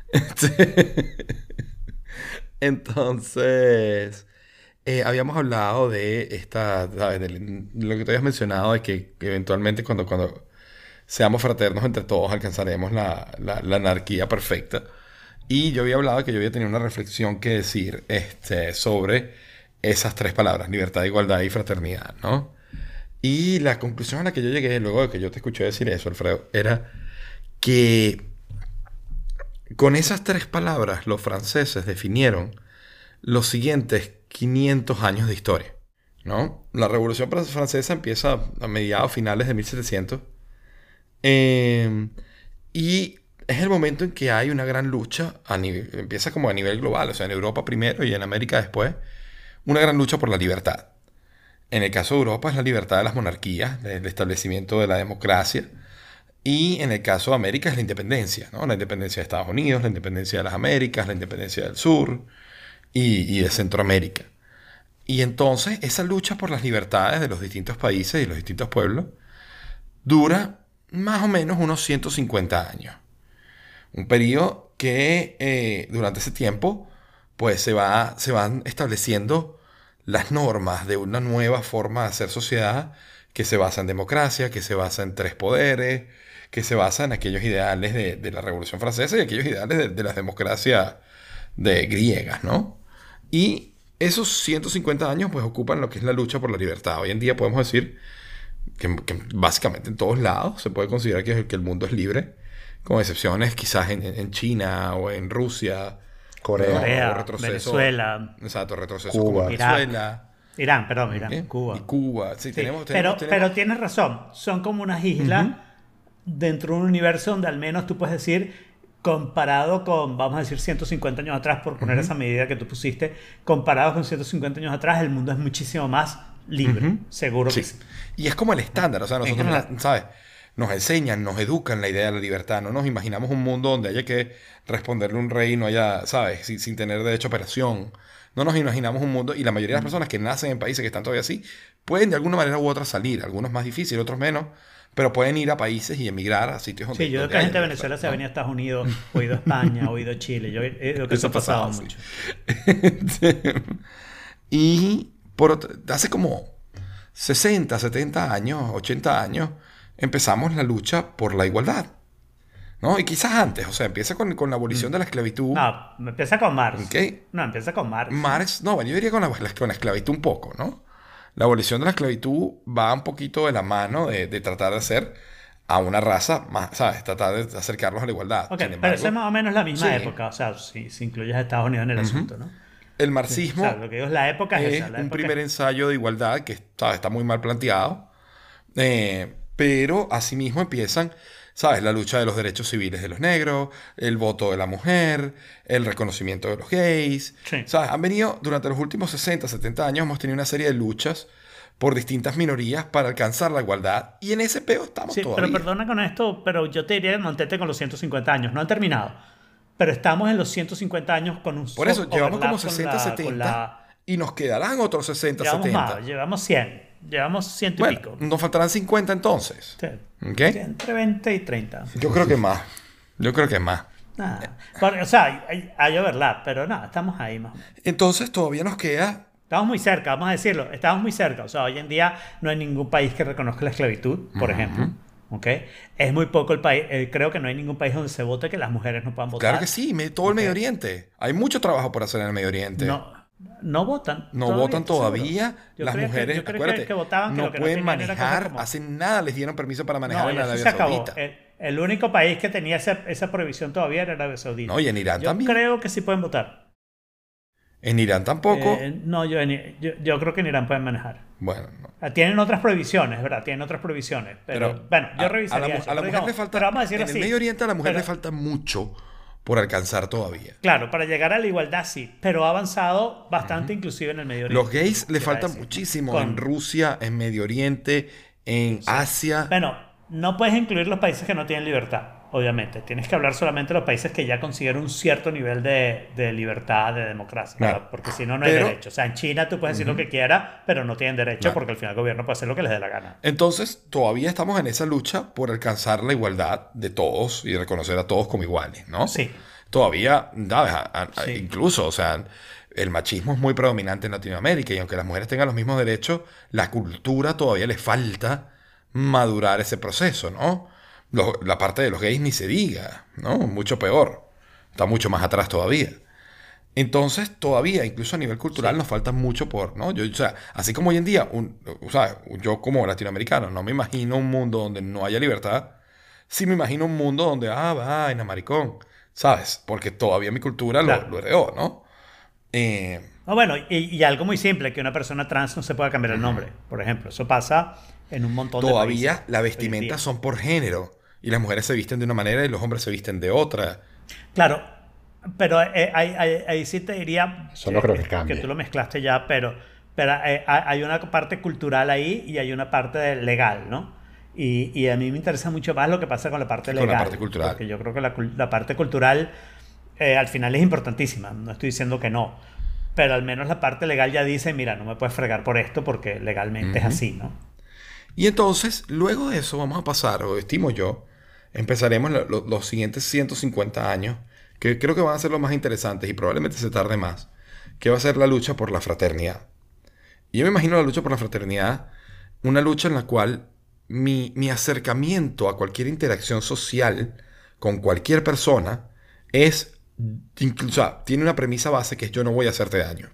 Entonces... habíamos hablado de esta, ¿sabes? De lo que tú habías mencionado, de que eventualmente cuando seamos fraternos entre todos alcanzaremos la anarquía perfecta. Y yo había hablado que yo había tenido una reflexión que decir sobre esas 3 palabras, libertad, igualdad y fraternidad, ¿no? Y la conclusión a la que yo llegué luego de que yo te escuché decir eso, Alfredo, era que con esas 3 palabras los franceses definieron los siguientes 500 años de historia, ¿no? La Revolución Francesa empieza a mediados finales de 1700 y es el momento en que hay una gran lucha empieza como a nivel global, o sea, en Europa primero y en América después, una gran lucha por la libertad. En el caso de Europa es la libertad de las monarquías, el establecimiento de la democracia, y en el caso de América es la independencia, ¿no? La independencia de Estados Unidos, la independencia de las Américas, la independencia del sur y de Centroamérica. Y entonces esa lucha por las libertades de los distintos países y los distintos pueblos dura más o menos unos 150 años. Un periodo que durante ese tiempo pues se van estableciendo las normas de una nueva forma de hacer sociedad que se basa en democracia, que se basa en 3 poderes, que se basa en aquellos ideales de la Revolución Francesa y aquellos ideales de las democracias griegas, ¿no? Y esos 150 años pues ocupan lo que es la lucha por la libertad. Hoy en día podemos decir que básicamente en todos lados se puede considerar que el mundo es libre, con excepciones quizás en China o en Rusia, Corea, Venezuela. Exacto, retroceso Cuba, como Venezuela. Irán, Cuba. Y Cuba. Sí, sí. Pero tienes razón, son como unas islas dentro de un universo donde al menos tú puedes decir, comparado con, vamos a decir, 150 años atrás, por poner esa medida que tú pusiste, comparado con 150 años atrás, el mundo es muchísimo más libre, seguro que sí. Y es como el estándar, o sea, nosotros, ¿sabes? Nos enseñan, nos educan la idea de la libertad. No nos imaginamos un mundo donde haya que responderle a un rey y no haya, ¿sabes? Sin tener derecho a operación. No nos imaginamos un mundo, y la mayoría de las personas que nacen en países que están todavía así, pueden de alguna manera u otra salir. Algunos más difíciles, otros menos, pero pueden ir a países y emigrar a sitios donde... Sí, yo creo que la gente de Venezuela se ha venido a Estados Unidos, o ido a España, o ido a Chile. Yo creo que eso ha pasado mucho. Y hace como 60, 70 años, 80 años, empezamos la lucha por la igualdad, ¿no? Y quizás antes, o sea, empieza con la abolición de la esclavitud. No, empieza con Marx. ¿Okay? No, empieza con Marx. Marx, no, yo diría con la esclavitud un poco, ¿no? La abolición de la esclavitud va un poquito de la mano de tratar de hacer a una raza más, ¿sabes? Tratar de acercarlos a la igualdad. Okay, pero eso es más o menos la misma época, o sea, si incluyes a Estados Unidos en el asunto, ¿no? El marxismo, o sea, lo que digo es la época es esa. Un primer ensayo de igualdad que está muy mal planteado, pero asimismo empiezan, ¿sabes? La lucha de los derechos civiles de los negros, el voto de la mujer, el reconocimiento de los gays. Sí. ¿Sabes? Han venido, durante los últimos 60, 70 años, hemos tenido una serie de luchas por distintas minorías para alcanzar la igualdad. Y en ese peo estamos todavía. Pero perdona con esto, pero yo te diría mantente con los 150 años. No han terminado. Pero estamos en los 150 años con un... Por eso, llevamos como 60, 70 y nos quedarán otros 60, llevamos 70. Más, llevamos 100. Llevamos 100 y pico. Nos faltarán 50 entonces. Sí. ¿Okay? Entre 20 y 30. Yo creo que más. O sea, hay overlap, pero nada, estamos ahí más o menos. Entonces todavía nos queda... Estamos muy cerca, vamos a decirlo. Estamos muy cerca. O sea, hoy en día no hay ningún país que reconozca la esclavitud, por ejemplo. ¿Okay? Es muy poco el país. Creo que no hay ningún país donde se vote que las mujeres no puedan votar. Claro que sí, todo el Medio Oriente. Hay mucho trabajo por hacer en el Medio Oriente. No votan. No votan todavía. Las mujeres, acuérdate, que votaban, no pueden manejar, hacen nada, les dieron permiso para manejar en Arabia Saudita. El único país que tenía esa prohibición todavía era Arabia Saudita. No, y en Irán también. Yo creo que sí pueden votar. En Irán tampoco. No, yo creo que en Irán pueden manejar. Bueno, no. Tienen otras prohibiciones, ¿verdad? Tienen otras prohibiciones. Pero bueno, yo revisaría eso. A la mujer le falta... Pero vamos a decirlo en el Medio Oriente a la mujer le falta mucho por alcanzar todavía. Claro, para llegar a la igualdad sí, pero ha avanzado bastante inclusive en el Medio Oriente. Los gays le falta muchísimo en Rusia, en Medio Oriente, en Asia. Bueno, no puedes incluir los países que no tienen libertad, obviamente. Tienes que hablar solamente de los países que ya consiguieron un cierto nivel de libertad, de democracia, claro. Porque si no, no hay derecho. O sea, en China tú puedes decir lo que quieras, pero no tienen derecho porque al final el gobierno puede hacer lo que les dé la gana. Entonces, todavía estamos en esa lucha por alcanzar la igualdad de todos y reconocer a todos como iguales, ¿no? Sí. Todavía, incluso, o sea, el machismo es muy predominante en Latinoamérica y aunque las mujeres tengan los mismos derechos, la cultura todavía le falta madurar ese proceso, ¿no? La parte de los gays ni se diga, ¿no? Mucho peor. Está mucho más atrás todavía. Entonces, todavía, incluso a nivel cultural, nos falta mucho por, ¿no? O sea, así como hoy en día, yo como latinoamericano no me imagino un mundo donde no haya libertad. Sí me imagino un mundo donde, vaina, maricón, ¿sabes? Porque todavía mi cultura lo heredó, ¿no? Bueno, y algo muy simple, que una persona trans no se pueda cambiar el nombre, por ejemplo. Eso pasa en un montón de países. Todavía las vestimentas son por género. Y las mujeres se visten de una manera y los hombres se visten de otra. Claro, pero ahí sí te diría... Eso no creo que cambie. Que tú lo mezclaste ya, pero hay una parte cultural ahí y hay una parte legal, ¿no? Y a mí me interesa mucho más lo que pasa con la parte legal. Con la parte cultural. Porque yo creo que la parte cultural al final es importantísima. No estoy diciendo que no. Pero al menos la parte legal ya dice, mira, no me puedes fregar por esto porque legalmente es así, ¿no? Y entonces, luego de eso vamos a pasar, o estimo yo, empezaremos los siguientes 150 años, que creo que van a ser los más interesantes y probablemente se tarde más, que va a ser la lucha por la fraternidad. Y yo me imagino la lucha por la fraternidad, una lucha en la cual mi acercamiento a cualquier interacción social con cualquier persona es, incluso, tiene una premisa base que es yo no voy a hacerte daño.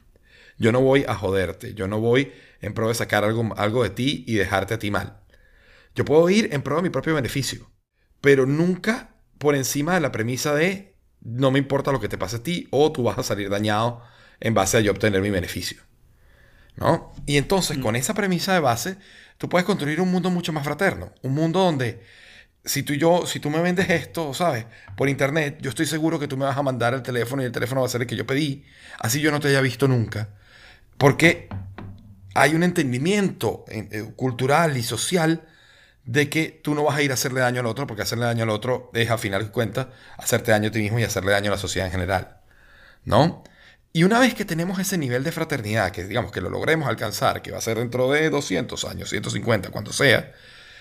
Yo no voy a joderte, yo no voy en pro de sacar algo de ti y dejarte a ti mal. Yo puedo ir en pro de mi propio beneficio, pero nunca por encima de la premisa de no me importa lo que te pase a ti o tú vas a salir dañado en base a yo obtener mi beneficio, ¿no? Y entonces con esa premisa de base tú puedes construir un mundo mucho más fraterno, un mundo donde si tú me vendes esto, ¿sabes? Por internet, yo estoy seguro que tú me vas a mandar el teléfono y el teléfono va a ser el que yo pedí, así yo no te haya visto nunca, porque hay un entendimiento cultural y social de que tú no vas a ir a hacerle daño al otro, porque hacerle daño al otro es, a final de cuentas, hacerte daño a ti mismo y hacerle daño a la sociedad en general, ¿no? Y una vez que tenemos ese nivel de fraternidad, que digamos que lo logremos alcanzar, que va a ser dentro de 200 años, 150, cuando sea,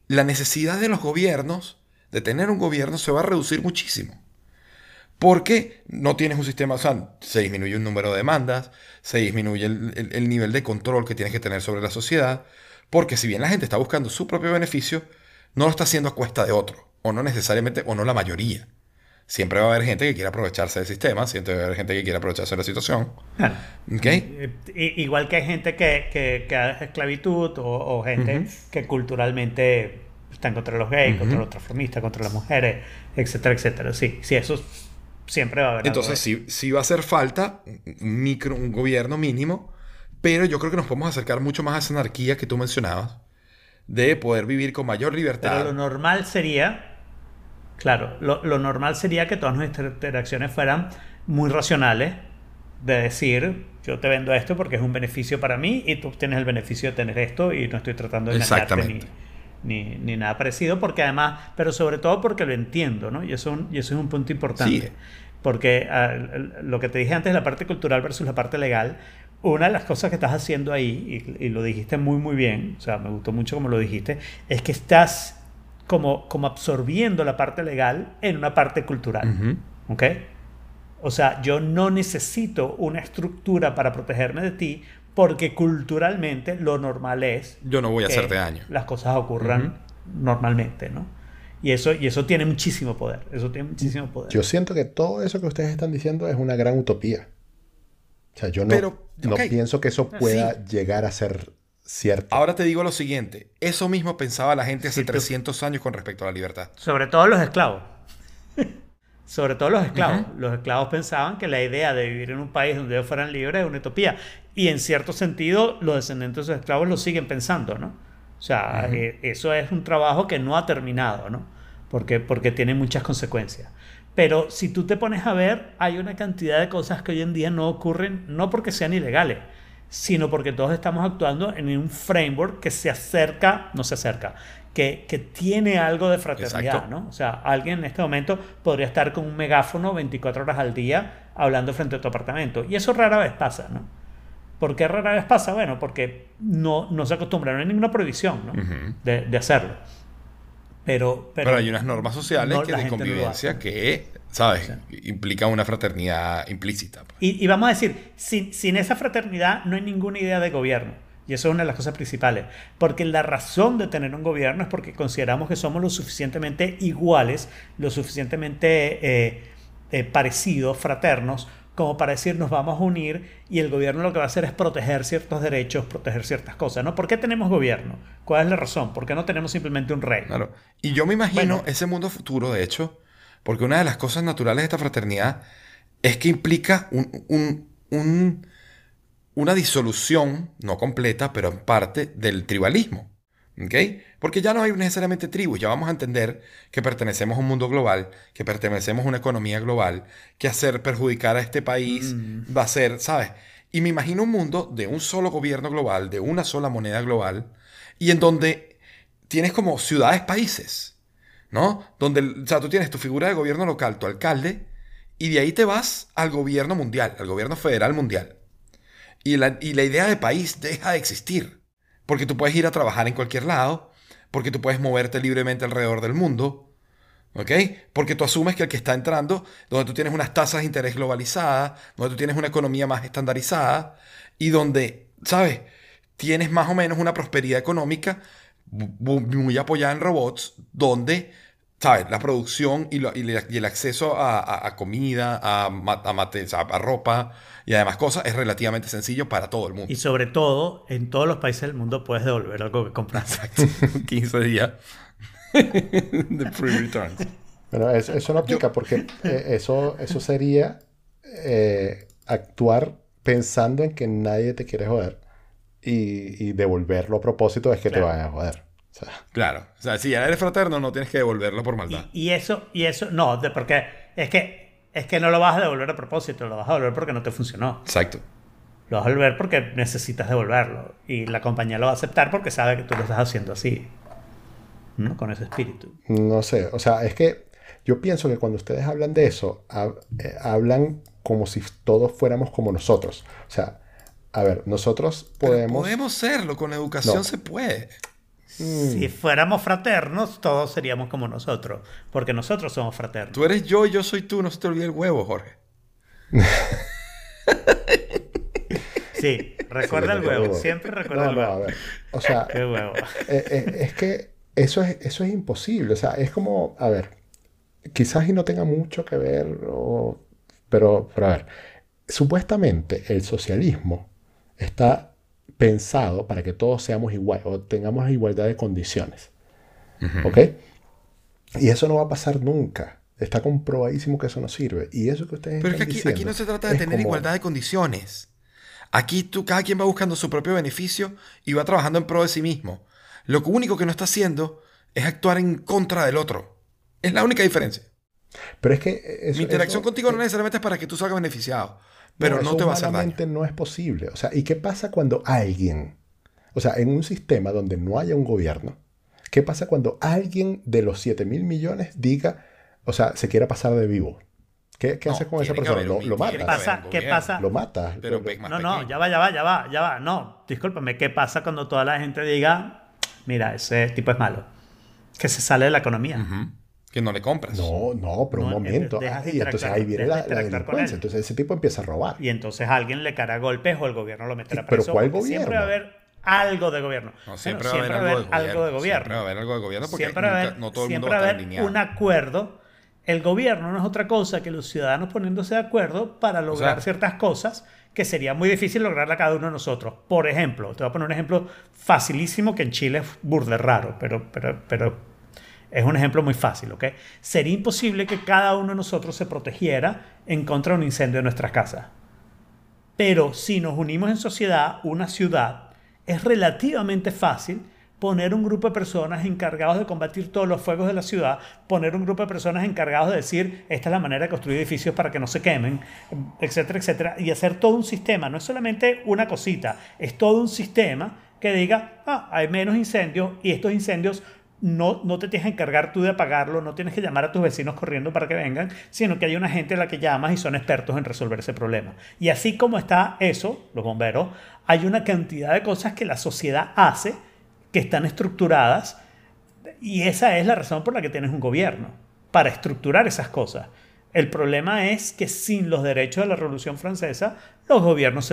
la necesidad de los gobiernos, de tener un gobierno, se va a reducir muchísimo. Porque no tienes un sistema, o sea, se disminuye el número de demandas, se disminuye el nivel de control que tienes que tener sobre la sociedad, porque si bien la gente está buscando su propio beneficio, no lo está haciendo a cuesta de otro, o no necesariamente, o no la mayoría. Siempre va a haber gente que quiera aprovecharse del sistema, siempre va a haber gente que quiera aprovecharse de la situación. ¿Okay? Igual que hay gente que hace esclavitud o gente que culturalmente está en contra de los gays, contra los transformistas, contra las mujeres, etcétera, etcétera. Sí, eso siempre va a haber. Entonces sí va a hacer falta un gobierno mínimo, pero yo creo que nos podemos acercar mucho más a esa anarquía que tú mencionabas, de poder vivir con mayor libertad. Pero lo normal sería... Claro, lo normal sería que todas nuestras interacciones fueran muy racionales, de decir, yo te vendo esto porque es un beneficio para mí y tú tienes el beneficio de tener esto y no estoy tratando de engañarte ni nada parecido, porque además, pero sobre todo porque lo entiendo, ¿no? Y eso es un punto importante. Sí. Porque lo que te dije antes, la parte cultural versus la parte legal, una de las cosas que estás haciendo ahí, y lo dijiste muy muy bien, o sea, me gustó mucho como lo dijiste, es que estás como absorbiendo la parte legal en una parte cultural. ¿Ok? O sea, yo no necesito una estructura para protegerme de ti porque culturalmente lo normal es... Yo no voy a hacerte daño. Las cosas ocurran normalmente, ¿no? Y eso tiene muchísimo poder. Eso tiene muchísimo poder. Yo siento que todo eso que ustedes están diciendo es una gran utopía. O sea, yo no pienso que eso pueda llegar a ser... cierto. Ahora te digo lo siguiente. Eso mismo pensaba la gente hace 300 años con respecto a la libertad. Sobre todo los esclavos. Sobre todo los esclavos. Los esclavos pensaban que la idea de vivir en un país donde ellos fueran libres es una utopía. Y en cierto sentido, los descendientes de esos esclavos lo siguen pensando, ¿no? O sea, eso es un trabajo que no ha terminado, ¿no? Porque tiene muchas consecuencias. Pero si tú te pones a ver, hay una cantidad de cosas que hoy en día no ocurren, no porque sean ilegales, sino porque todos estamos actuando en un framework que que tiene algo de fraternidad, ¿no? O sea, alguien en este momento podría estar con un megáfono 24 horas al día hablando frente a tu apartamento. Y eso rara vez pasa, ¿no? ¿Por qué rara vez pasa? Bueno, porque no se acostumbra, no hay ninguna prohibición, ¿no? de hacerlo. Pero hay unas normas sociales de convivencia que, ¿sabes? Sí. Implican una fraternidad implícita. Pues. Y vamos a decir, sin esa fraternidad no hay ninguna idea de gobierno. Y eso es una de las cosas principales. Porque la razón de tener un gobierno es porque consideramos que somos lo suficientemente iguales, lo suficientemente parecidos, fraternos, como para decir nos vamos a unir y el gobierno lo que va a hacer es proteger ciertos derechos, proteger ciertas cosas, ¿no? ¿Por qué tenemos gobierno? ¿Cuál es la razón? ¿Por qué no tenemos simplemente un rey? Claro. Y yo me imagino ese mundo futuro, de hecho, porque una de las cosas naturales de esta fraternidad es que implica una disolución, no completa, pero en parte, del tribalismo. ¿Okay? Porque ya no hay necesariamente tribus, ya vamos a entender que pertenecemos a un mundo global, que pertenecemos a una economía global, que hacer perjudicar a este país va a ser, ¿sabes? Y me imagino un mundo de un solo gobierno global, de una sola moneda global, y en donde tienes como ciudades-países, ¿no? Donde, o sea, tú tienes tu figura de gobierno local, tu alcalde, y de ahí te vas al gobierno mundial, al gobierno federal mundial. Y la idea de país deja de existir. Porque tú puedes ir a trabajar en cualquier lado, porque tú puedes moverte libremente alrededor del mundo, ¿ok? Porque tú asumes que el que está entrando, donde tú tienes unas tasas de interés globalizadas, donde tú tienes una economía más estandarizada y donde, ¿sabes? Tienes más o menos una prosperidad económica muy apoyada en robots, donde, ¿sabes? La producción y el acceso a comida, a ropa y además cosas es relativamente sencillo para todo el mundo. Y sobre todo, en todos los países del mundo puedes devolver algo que compraste. 15 días de free returns. Bueno, eso no aplica porque eso sería actuar pensando en que nadie te quiere joder y devolverlo a propósito es que te vayan a joder. O sea. Claro. O sea, si ya eres fraterno no tienes que devolverlo por maldad. Y eso no, porque es que no lo vas a devolver a propósito, lo vas a devolver porque no te funcionó. Exacto. Lo vas a devolver porque necesitas devolverlo. Y la compañía lo va a aceptar porque sabe que tú lo estás haciendo así. ¿No? Con ese espíritu. No sé, o sea, es que yo pienso que cuando ustedes hablan de eso, hablan como si todos fuéramos como nosotros. O sea, a ver, nosotros podemos... Pero podemos serlo, con educación se puede. Si fuéramos fraternos, todos seríamos como nosotros, porque nosotros somos fraternos. Tú eres yo y yo soy tú, no se te olvide el huevo, Jorge. Sí, recuerda el huevo, siempre recuerda el huevo. A ver, o sea, ¿Qué huevo? Es que eso es imposible, o sea, es como, a ver, quizás y no tenga mucho que ver, pero a ver, supuestamente el socialismo está pensado para que todos seamos iguales o tengamos igualdad de condiciones. ¿Ok? Y eso no va a pasar nunca. Está comprobadísimo que eso no sirve. Y eso que ustedes Pero están es que diciendo aquí no se trata de tener igualdad de condiciones. Aquí cada quien va buscando su propio beneficio y va trabajando en pro de sí mismo. Lo único que no está haciendo es actuar en contra del otro. Es la única diferencia. Pero es que mi interacción contigo no necesariamente es para que tú salgas beneficiado. Pero no te va a hacer daño. No es posible. O sea, ¿y qué pasa cuando alguien, o sea, en un sistema donde no haya un gobierno, qué pasa cuando alguien de los 7.000 millones diga, o sea, se quiera pasar de vivo? ¿Qué haces con esa persona? Lo matas. ¿Qué pasa? Lo matas. Pero ya va. No, discúlpame. ¿Qué pasa cuando toda la gente diga, mira, ese tipo es malo? Que se sale de la economía. Que no le compras. No, pero un momento. Y entonces ahí viene la delincuencia. Entonces ese tipo empieza a robar. Y entonces alguien le cara golpes o el gobierno lo meterá preso. ¿Pero cuál gobierno? Siempre va a haber algo de gobierno. No, siempre va a haber algo de gobierno. Siempre va a haber algo de gobierno porque no todo el mundo va a estar alineado. Un acuerdo. El gobierno no es otra cosa que los ciudadanos poniéndose de acuerdo para lograr ciertas cosas que sería muy difícil lograrla cada uno de nosotros. Por ejemplo, te voy a poner un ejemplo facilísimo que en Chile es burde raro, pero es un ejemplo muy fácil, ¿ok? Sería imposible que cada uno de nosotros se protegiera en contra de un incendio de nuestras casas. Pero si nos unimos en sociedad, una ciudad, es relativamente fácil poner un grupo de personas encargados de combatir todos los fuegos de la ciudad, poner un grupo de personas encargados de decir, esta es la manera de construir edificios para que no se quemen, etcétera, etcétera, y hacer todo un sistema. No es solamente una cosita, es todo un sistema que diga, hay menos incendios y estos incendios no te tienes que encargar tú de apagarlo, no tienes que llamar a tus vecinos corriendo para que vengan, sino que hay una gente a la que llamas y son expertos en resolver ese problema. Y así como está eso, los bomberos, hay una cantidad de cosas que la sociedad hace que están estructuradas, y esa es la razón por la que tienes un gobierno, para estructurar esas cosas. El problema es que sin los derechos de la Revolución Francesa, los gobiernos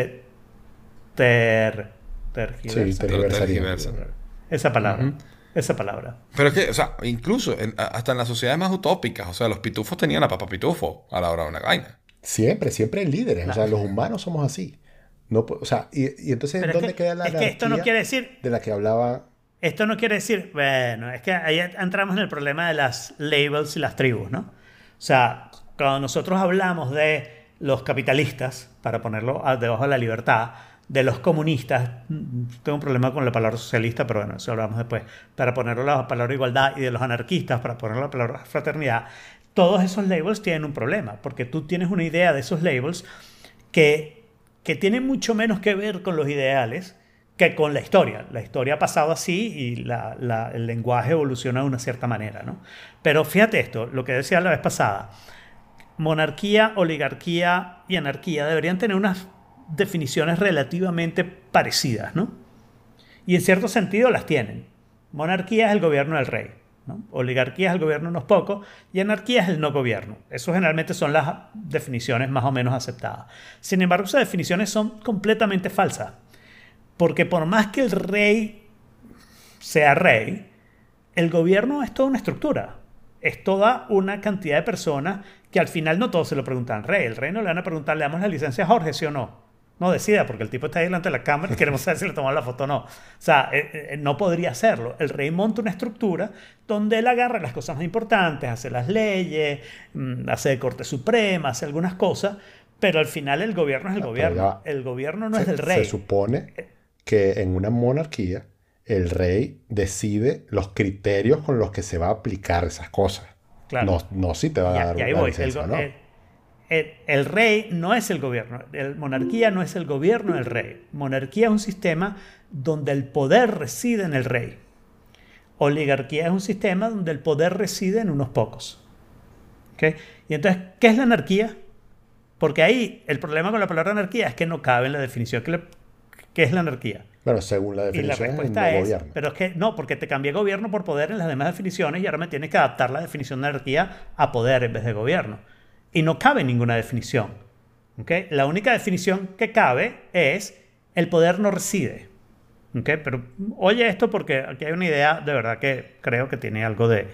tergiversan. Esa palabra. Esa palabra. Pero es que, o sea, incluso hasta en las sociedades más utópicas, o sea, los pitufos tenían a papá pitufo a la hora de una vaina. Siempre hay líderes. Claro. O sea, los humanos somos así. No, o sea, y entonces, ¿en dónde queda la anarquía esto no quiere decir, de la que hablaba? Esto no quiere decir, bueno, es que ahí entramos en el problema de las labels y las tribus, ¿no? O sea, cuando nosotros hablamos de los capitalistas, para ponerlo debajo de la libertad, de los comunistas, tengo un problema con la palabra socialista, pero bueno, eso hablamos después, para ponerlo la palabra igualdad, y de los anarquistas, para ponerlo la palabra fraternidad, todos esos labels tienen un problema, porque tú tienes una idea de esos labels que tienen mucho menos que ver con los ideales que con la historia. La historia ha pasado así y el lenguaje evoluciona de una cierta manera, ¿no? Pero fíjate esto, lo que decía la vez pasada, monarquía, oligarquía y anarquía deberían tener unas definiciones relativamente parecidas, ¿no? Y en cierto sentido las tienen. Monarquía es el gobierno del rey, ¿no? Oligarquía es el gobierno de unos pocos y anarquía es el no gobierno. Eso generalmente son las definiciones más o menos aceptadas. Sin embargo, esas definiciones son completamente falsas, porque por más que el rey sea rey, el gobierno es toda una estructura, es toda una cantidad de personas que al final no todos se lo preguntan al rey. El rey no le van a preguntar, ¿le damos la licencia a Jorge, sí o no? No decida, porque el tipo está ahí delante de la cámara y queremos saber si le tomamos la foto o no. O sea, no podría hacerlo. El rey monta una estructura donde él agarra las cosas más importantes, hace las leyes, hace de Corte Suprema, hace algunas cosas, pero al final el gobierno es el gobierno. El gobierno no es del rey. Se supone que en una monarquía el rey decide los criterios con los que se va a aplicar esas cosas. Claro. No si te va a dar una licencia, ¿no? El rey no es el gobierno. Monarquía no es el gobierno del rey. Monarquía es un sistema donde el poder reside en el rey. Oligarquía es un sistema donde el poder reside en unos pocos. ¿Okay? Y entonces, ¿qué es la anarquía? Porque ahí el problema con la palabra anarquía es que no cabe en la definición. ¿Qué es la anarquía? Bueno, según la definición, y la respuesta es gobierno. Pero es que no, porque te cambié gobierno por poder en las demás definiciones y ahora me tienes que adaptar la definición de anarquía a poder en vez de gobierno. Y no cabe ninguna definición. ¿Okay? La única definición que cabe es el poder no reside. ¿Okay? Pero oye esto porque aquí hay una idea de verdad que creo que tiene algo de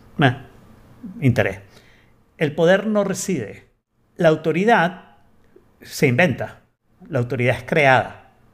interés. El poder no reside. La autoridad se inventa. La autoridad es creada.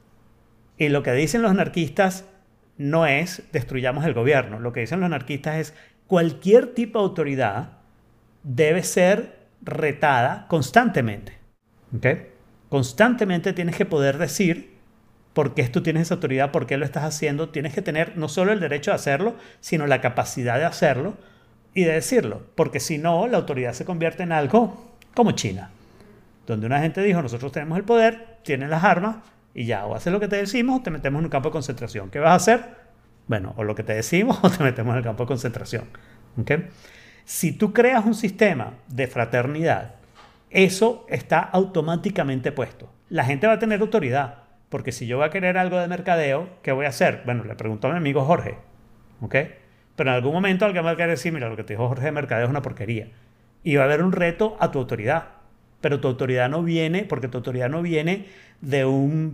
Y lo que dicen los anarquistas no es destruyamos el gobierno. Lo que dicen los anarquistas es cualquier tipo de autoridad debe ser retada constantemente. ¿Okay? Constantemente tienes que poder decir por qué tú tienes esa autoridad, por qué lo estás haciendo. Tienes que tener no solo el derecho de hacerlo, sino la capacidad de hacerlo y de decirlo. Porque si no, la autoridad se convierte en algo como China, donde una gente dijo, nosotros tenemos el poder, tienen las armas, y ya, o haces lo que te decimos o te metemos en un campo de concentración. ¿Qué vas a hacer? Bueno, o lo que te decimos o te metemos en el campo de concentración. ¿Okay? Si tú creas un sistema de fraternidad, eso está automáticamente puesto. La gente va a tener autoridad, porque si yo voy a querer algo de mercadeo, ¿qué voy a hacer? Bueno, le pregunto a mi amigo Jorge. ¿Okay? Pero en algún momento alguien va a querer decir, mira, lo que te dijo Jorge de mercadeo es una porquería. Y va a haber un reto a tu autoridad. Pero tu autoridad no viene, porque tu autoridad no viene de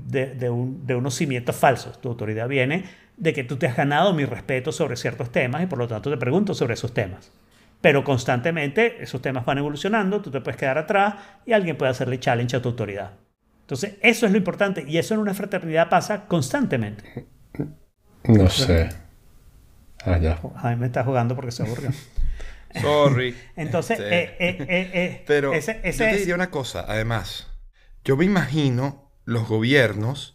unos cimientos falsos. Tu autoridad viene de que tú te has ganado mi respeto sobre ciertos temas y por lo tanto te pregunto sobre esos temas. Pero constantemente esos temas van evolucionando, tú te puedes quedar atrás y alguien puede hacerle challenge a tu autoridad. Entonces eso es lo importante y eso en una fraternidad pasa constantemente. No sé. Ya. Jaime me está jugando porque se aburrió. Sorry. Entonces, pero yo te diría una cosa, además. Yo me imagino los gobiernos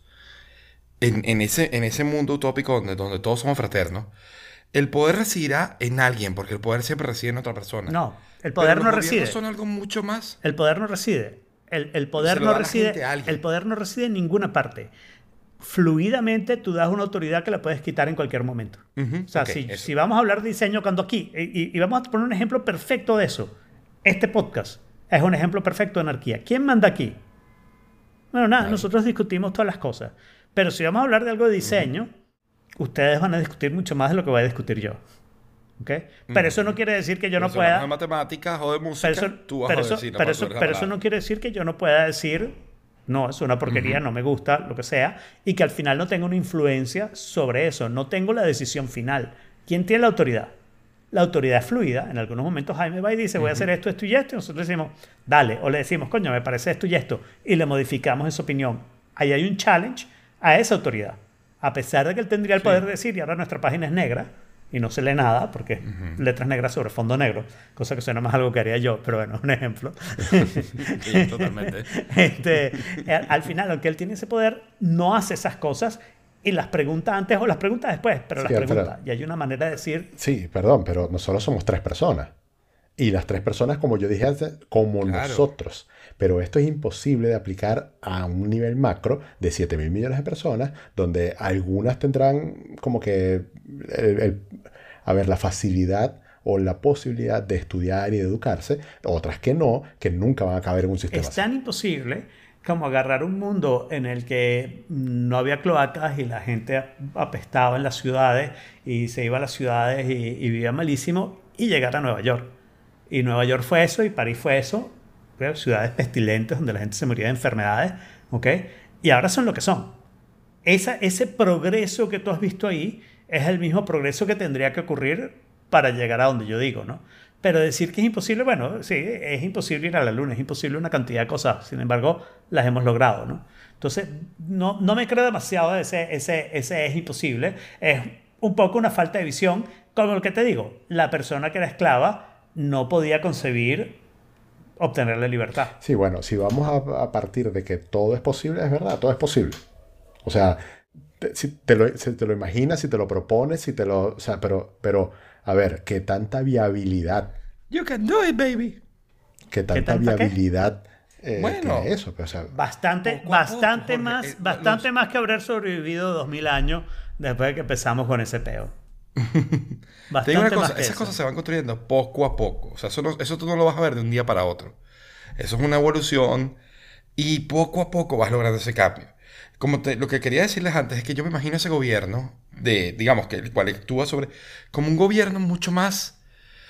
en ese mundo utópico donde todos somos fraternos. El poder residirá en alguien, porque el poder siempre reside en otra persona. No, el poder no reside. Son algo mucho más. El poder no reside. El poder no reside. El poder no reside en ninguna parte. Fluidamente tú das una autoridad que la puedes quitar en cualquier momento. O sea, si vamos a hablar de diseño cuando aquí, y vamos a poner un ejemplo perfecto de eso. Este podcast es un ejemplo perfecto de anarquía. ¿Quién manda aquí? Bueno, nada, nosotros discutimos todas las cosas. Pero si vamos a hablar de algo de diseño, ustedes van a discutir mucho más de lo que voy a discutir yo. ¿Okay? Pero eso no quiere decir que yo no pueda... de matemáticas o de música, tú vas a decir... Pero eso no quiere decir que yo no pueda decir... No, es una porquería, no me gusta, lo que sea, y que al final no tenga una influencia sobre eso. No tengo la decisión final. ¿Quién tiene la autoridad? La autoridad es fluida. En algunos momentos Jaime va y dice, voy a hacer esto, esto y esto, y nosotros decimos, dale, o le decimos, coño, me parece esto y esto, y le modificamos esa opinión. Ahí hay un challenge a esa autoridad. A pesar de que él tendría el poder de decir, y ahora nuestra página es negra, y no se lee nada, porque letras negras sobre fondo negro, cosa que suena más algo que haría yo, pero bueno, un ejemplo. Sí, totalmente. Al final, aunque él tiene ese poder, no hace esas cosas y las pregunta antes o las pregunta después, pero las pregunta. Y hay una manera de decir... Sí, perdón, pero nosotros somos 3 personas. Y las 3 personas, como yo dije antes, como nosotros. Pero esto es imposible de aplicar a un nivel macro de 7.000 millones de personas, donde algunas tendrán como que la facilidad o la posibilidad de estudiar y de educarse, otras que no, que nunca van a caber en un sistema así. Es tan imposible como agarrar un mundo en el que no había cloacas y la gente apestaba en las ciudades y se iba a las ciudades y vivía malísimo y llegar a Nueva York. Y Nueva York fue eso y París fue eso, ciudades pestilentes donde la gente se moría de enfermedades, ¿ok? Y ahora son lo que son. Ese progreso que tú has visto ahí es el mismo progreso que tendría que ocurrir para llegar a donde yo digo, ¿no? Pero decir que es imposible, bueno, sí, es imposible ir a la luna, es imposible una cantidad de cosas, sin embargo, las hemos logrado, ¿no? Entonces, no me creo demasiado de ese es imposible, es un poco una falta de visión, como lo que te digo, la persona que era esclava no podía concebir obtener la libertad. Sí, bueno, si vamos a partir de que todo es posible, es verdad, todo es posible. O sea, si te lo imaginas, si te lo propones, si te lo... O sea, pero a ver, ¿qué tanta viabilidad? You can do it, baby. ¿Qué tanta viabilidad bueno, que eso? O sea, bastante más que haber sobrevivido 2000 años después de que empezamos con ese peo. Te digo una cosa, esas cosas se van construyendo poco a poco. O sea, eso tú no lo vas a ver de un día para otro. Eso es una evolución y poco a poco vas logrando ese cambio. lo que quería decirles antes es que yo me imagino ese gobierno, digamos, que el cual actúa como un gobierno mucho más,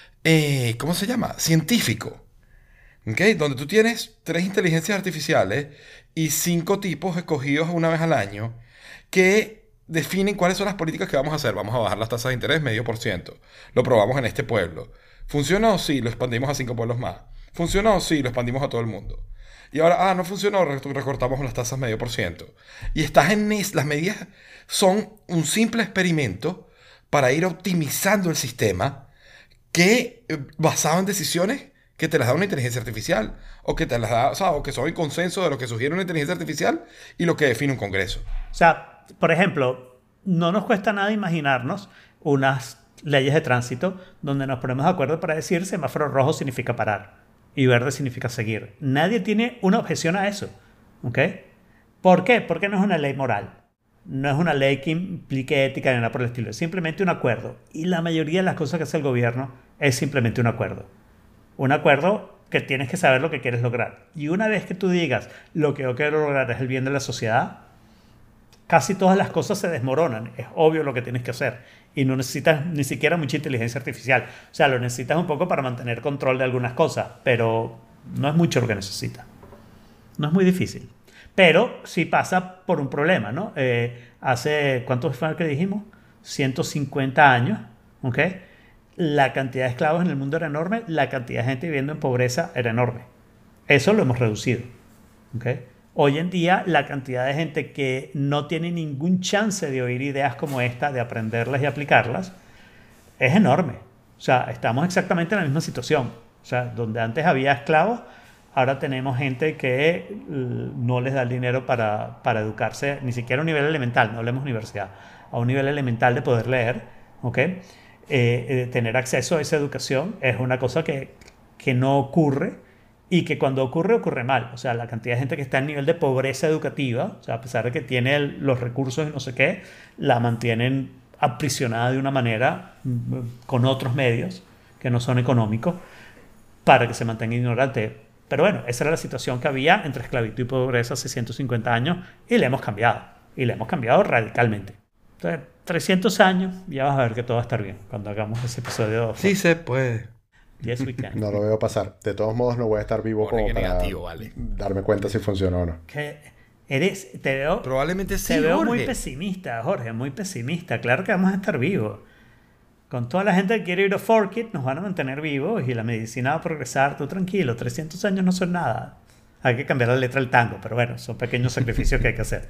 ¿cómo se llama? Científico. ¿Ok? Donde tú tienes 3 inteligencias artificiales y 5 tipos escogidos una vez al año que definen cuáles son las políticas que vamos a hacer. Vamos a bajar las tasas de interés 0,5%. Lo probamos en este pueblo. ¿Funcionó? Sí, lo expandimos a 5 pueblos más. ¿Funcionó? Sí, lo expandimos a todo el mundo. Y ahora, no funcionó, recortamos las tasas 0,5%. Y las medidas son un simple experimento para ir optimizando el sistema que, basado en decisiones que te las da una inteligencia artificial, o que te las da, o que son el consenso de lo que sugiere una inteligencia artificial y lo que define un congreso. O sea, por ejemplo, no nos cuesta nada imaginarnos unas leyes de tránsito donde nos ponemos de acuerdo para decir semáforo rojo significa parar y verde significa seguir. Nadie tiene una objeción a eso, ¿ok? ¿Por qué? Porque no es una ley moral. No es una ley que implique ética ni nada por el estilo. Es simplemente un acuerdo. Y la mayoría de las cosas que hace el gobierno es simplemente un acuerdo. Un acuerdo que tienes que saber lo que quieres lograr. Y una vez que tú digas lo que yo quiero lograr es el bien de la sociedad, casi todas las cosas se desmoronan. Es obvio lo que tienes que hacer. Y no necesitas ni siquiera mucha inteligencia artificial. O sea, lo necesitas un poco para mantener control de algunas cosas, pero no es mucho lo que necesitas. No es muy difícil. Pero sí pasa por un problema, ¿no? Hace, ¿cuánto fue que dijimos? 150 años, ¿ok? La cantidad de esclavos en el mundo era enorme, la cantidad de gente viviendo en pobreza era enorme. Eso lo hemos reducido, ¿ok? Hoy en día, la cantidad de gente que no tiene ningún chance de oír ideas como esta, de aprenderlas y aplicarlas, es enorme. O sea, estamos exactamente en la misma situación. O sea, donde antes había esclavos, ahora tenemos gente que no les da el dinero para educarse, ni siquiera a un nivel elemental, no hablemos universidad, a un nivel elemental de poder leer, ¿ok? Tener acceso a esa educación es una cosa que no ocurre y que cuando ocurre mal. O sea, la cantidad de gente que está en nivel de pobreza educativa, o sea, a pesar de que tiene los recursos y no sé qué, la mantienen aprisionada de una manera con otros medios que no son económicos para que se mantenga ignorante. Pero bueno, esa era la situación que había entre esclavitud y pobreza hace 150 años y la hemos cambiado. Y la hemos cambiado radicalmente. Entonces, 300 años, ya vas a ver que todo va a estar bien cuando hagamos ese episodio. Sí se puede. Yes, we can. No lo veo pasar. De todos modos, no voy a estar vivo como para negativo, vale. darme cuenta si funcionó o no. Te veo, probablemente sí, te veo Jorge. muy pesimista, Jorge, muy pesimista. Claro que vamos a estar vivos. Con toda la gente que quiere ir a Forkit, nos van a mantener vivos y la medicina va a progresar. Tú tranquilo, 300 años no son nada. Hay que cambiar la letra del tango, pero bueno, son pequeños sacrificios que hay que hacer.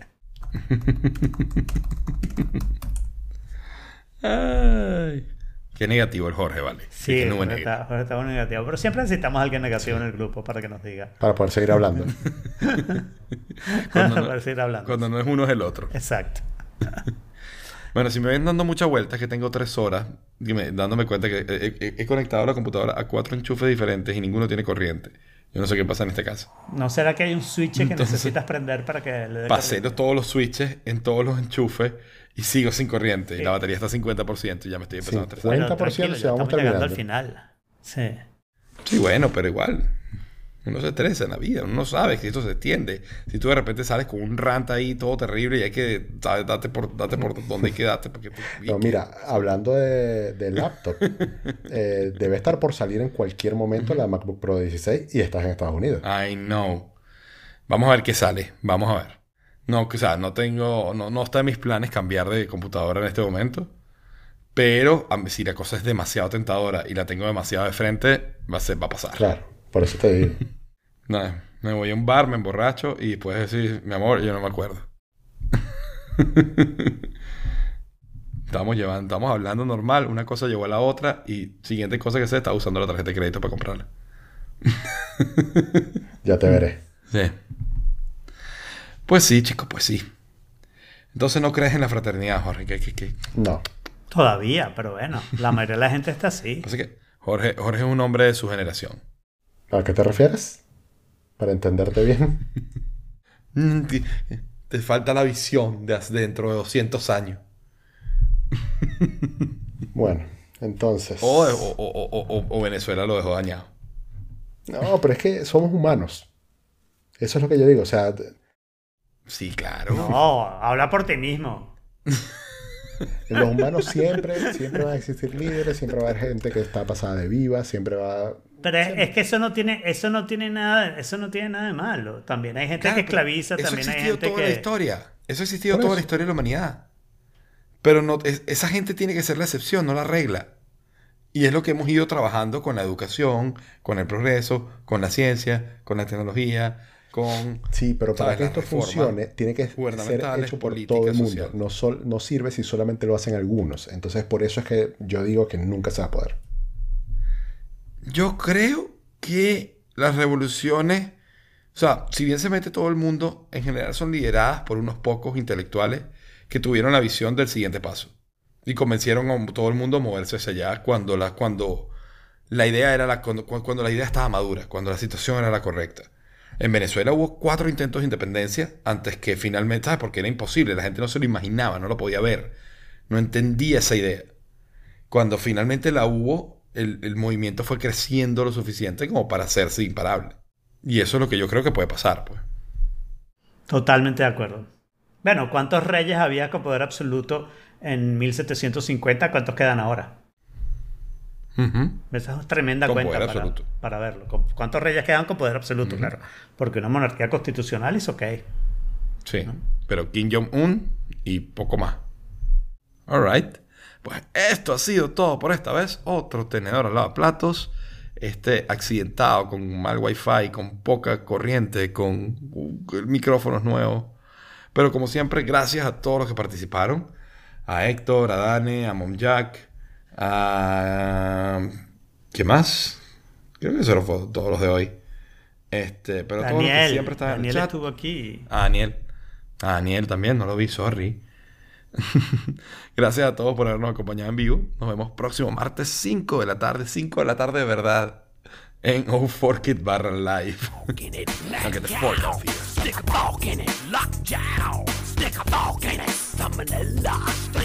Ay, qué negativo el Jorge, vale. Sí, Jorge está muy negativo. Pero siempre necesitamos a alguien negativo en el grupo para que nos diga. Para poder seguir hablando. Cuando no es uno es el otro. Exacto. Bueno, si me ven dando muchas vueltas, que tengo 3 horas, dándome cuenta que he conectado la computadora a 4 enchufes diferentes y ninguno tiene corriente. Yo no sé qué pasa en este caso. ¿No será que hay un switch que necesitas prender para que le dé pasé todos los switches en todos los enchufes y sigo sin corriente. Y la batería está a 50% y ya me estoy empezando a estresar. 50% se vamos llegando al final. Sí. Sí, bueno, pero igual. Uno se estresa en la vida. Uno no sabe que esto se extiende. Si tú de repente sales con un rant ahí todo terrible y hay que date por donde hay que darte. Porque no, mira, hablando de laptop, debe estar por salir en cualquier momento la MacBook Pro 16 y estás en Estados Unidos. I know. Vamos a ver qué sale. Vamos a ver. No, o sea, no está en mis planes cambiar de computadora en este momento. Pero si la cosa es demasiado tentadora y la tengo demasiado de frente, va a pasar. Claro, por eso te digo. No, me voy a un bar, me emborracho y después decir, mi amor, yo no me acuerdo. Estamos hablando normal, una cosa llevó a la otra y siguiente cosa que sé, estaba usando la tarjeta de crédito para comprarla. Ya te veré. Sí. Pues sí, chicos, pues sí. Entonces no crees en la fraternidad, Jorge. ¿Qué? No. Todavía, pero bueno, la mayoría de la gente está así. Así que Jorge es un hombre de su generación. ¿A qué te refieres? Para entenderte bien. Te falta la visión de dentro de 200 años. Bueno, entonces... O Venezuela lo dejó dañado. No, pero es que somos humanos. Eso es lo que yo digo. O sea, Sí, claro. No, habla por ti mismo. Los humanos siempre van a existir líderes, siempre va a haber gente que está pasada de viva, siempre va... Pero es que eso no tiene nada de malo. También hay gente que esclaviza, también hay gente toda la historia. Eso ha existido toda la historia de la humanidad. Pero no, esa gente tiene que ser la excepción, no la regla. Y es lo que hemos ido trabajando con la educación, con el progreso, con la ciencia, con la tecnología, con... Sí, pero para que esto funcione, tiene que ser hecho por todo el mundo. No sirve si solamente lo hacen algunos. Entonces, por eso es que yo digo que nunca se va a poder. Yo creo que las revoluciones... O sea, si bien se mete todo el mundo, en general son lideradas por unos pocos intelectuales que tuvieron la visión del siguiente paso. Y convencieron a todo el mundo a moverse hacia allá cuando la idea cuando la idea estaba madura, cuando la situación era la correcta. En Venezuela hubo 4 intentos de independencia antes que finalmente, ¿sabes? Porque era imposible, la gente no se lo imaginaba, no lo podía ver, no entendía esa idea. Cuando finalmente la hubo, el movimiento fue creciendo lo suficiente como para hacerse imparable. Y eso es lo que yo creo que puede pasar, pues. Totalmente de acuerdo. Bueno, ¿cuántos reyes había con poder absoluto en 1750? ¿Cuántos quedan ahora? Esa es tremenda cuenta para verlo. ¿Cuántos reyes quedan con poder absoluto? Claro, porque una monarquía constitucional es ok. Sí, ¿no? Pero Kim Jong-un y poco más. Alright. Pues esto ha sido todo por esta vez. Otro tenedor al lavaplatos. Accidentado, con mal wifi, con poca corriente, con micrófonos nuevos. Pero como siempre, gracias a todos los que participaron. A Héctor, a Dane, a Momjack, a... ¿Qué más? Creo que eso fue todos los de hoy. Pero Daniel, todos los que siempre estaban en el chat. Daniel estuvo aquí. A Daniel también, no lo vi, sorry. Gracias a todos por habernos acompañado en vivo. Nos vemos próximo martes 5 de la tarde de verdad, en O4Kid/live. Aunque te fork off here. Stick a fork in it, lockjaw. Stick a fork in it, salmonella.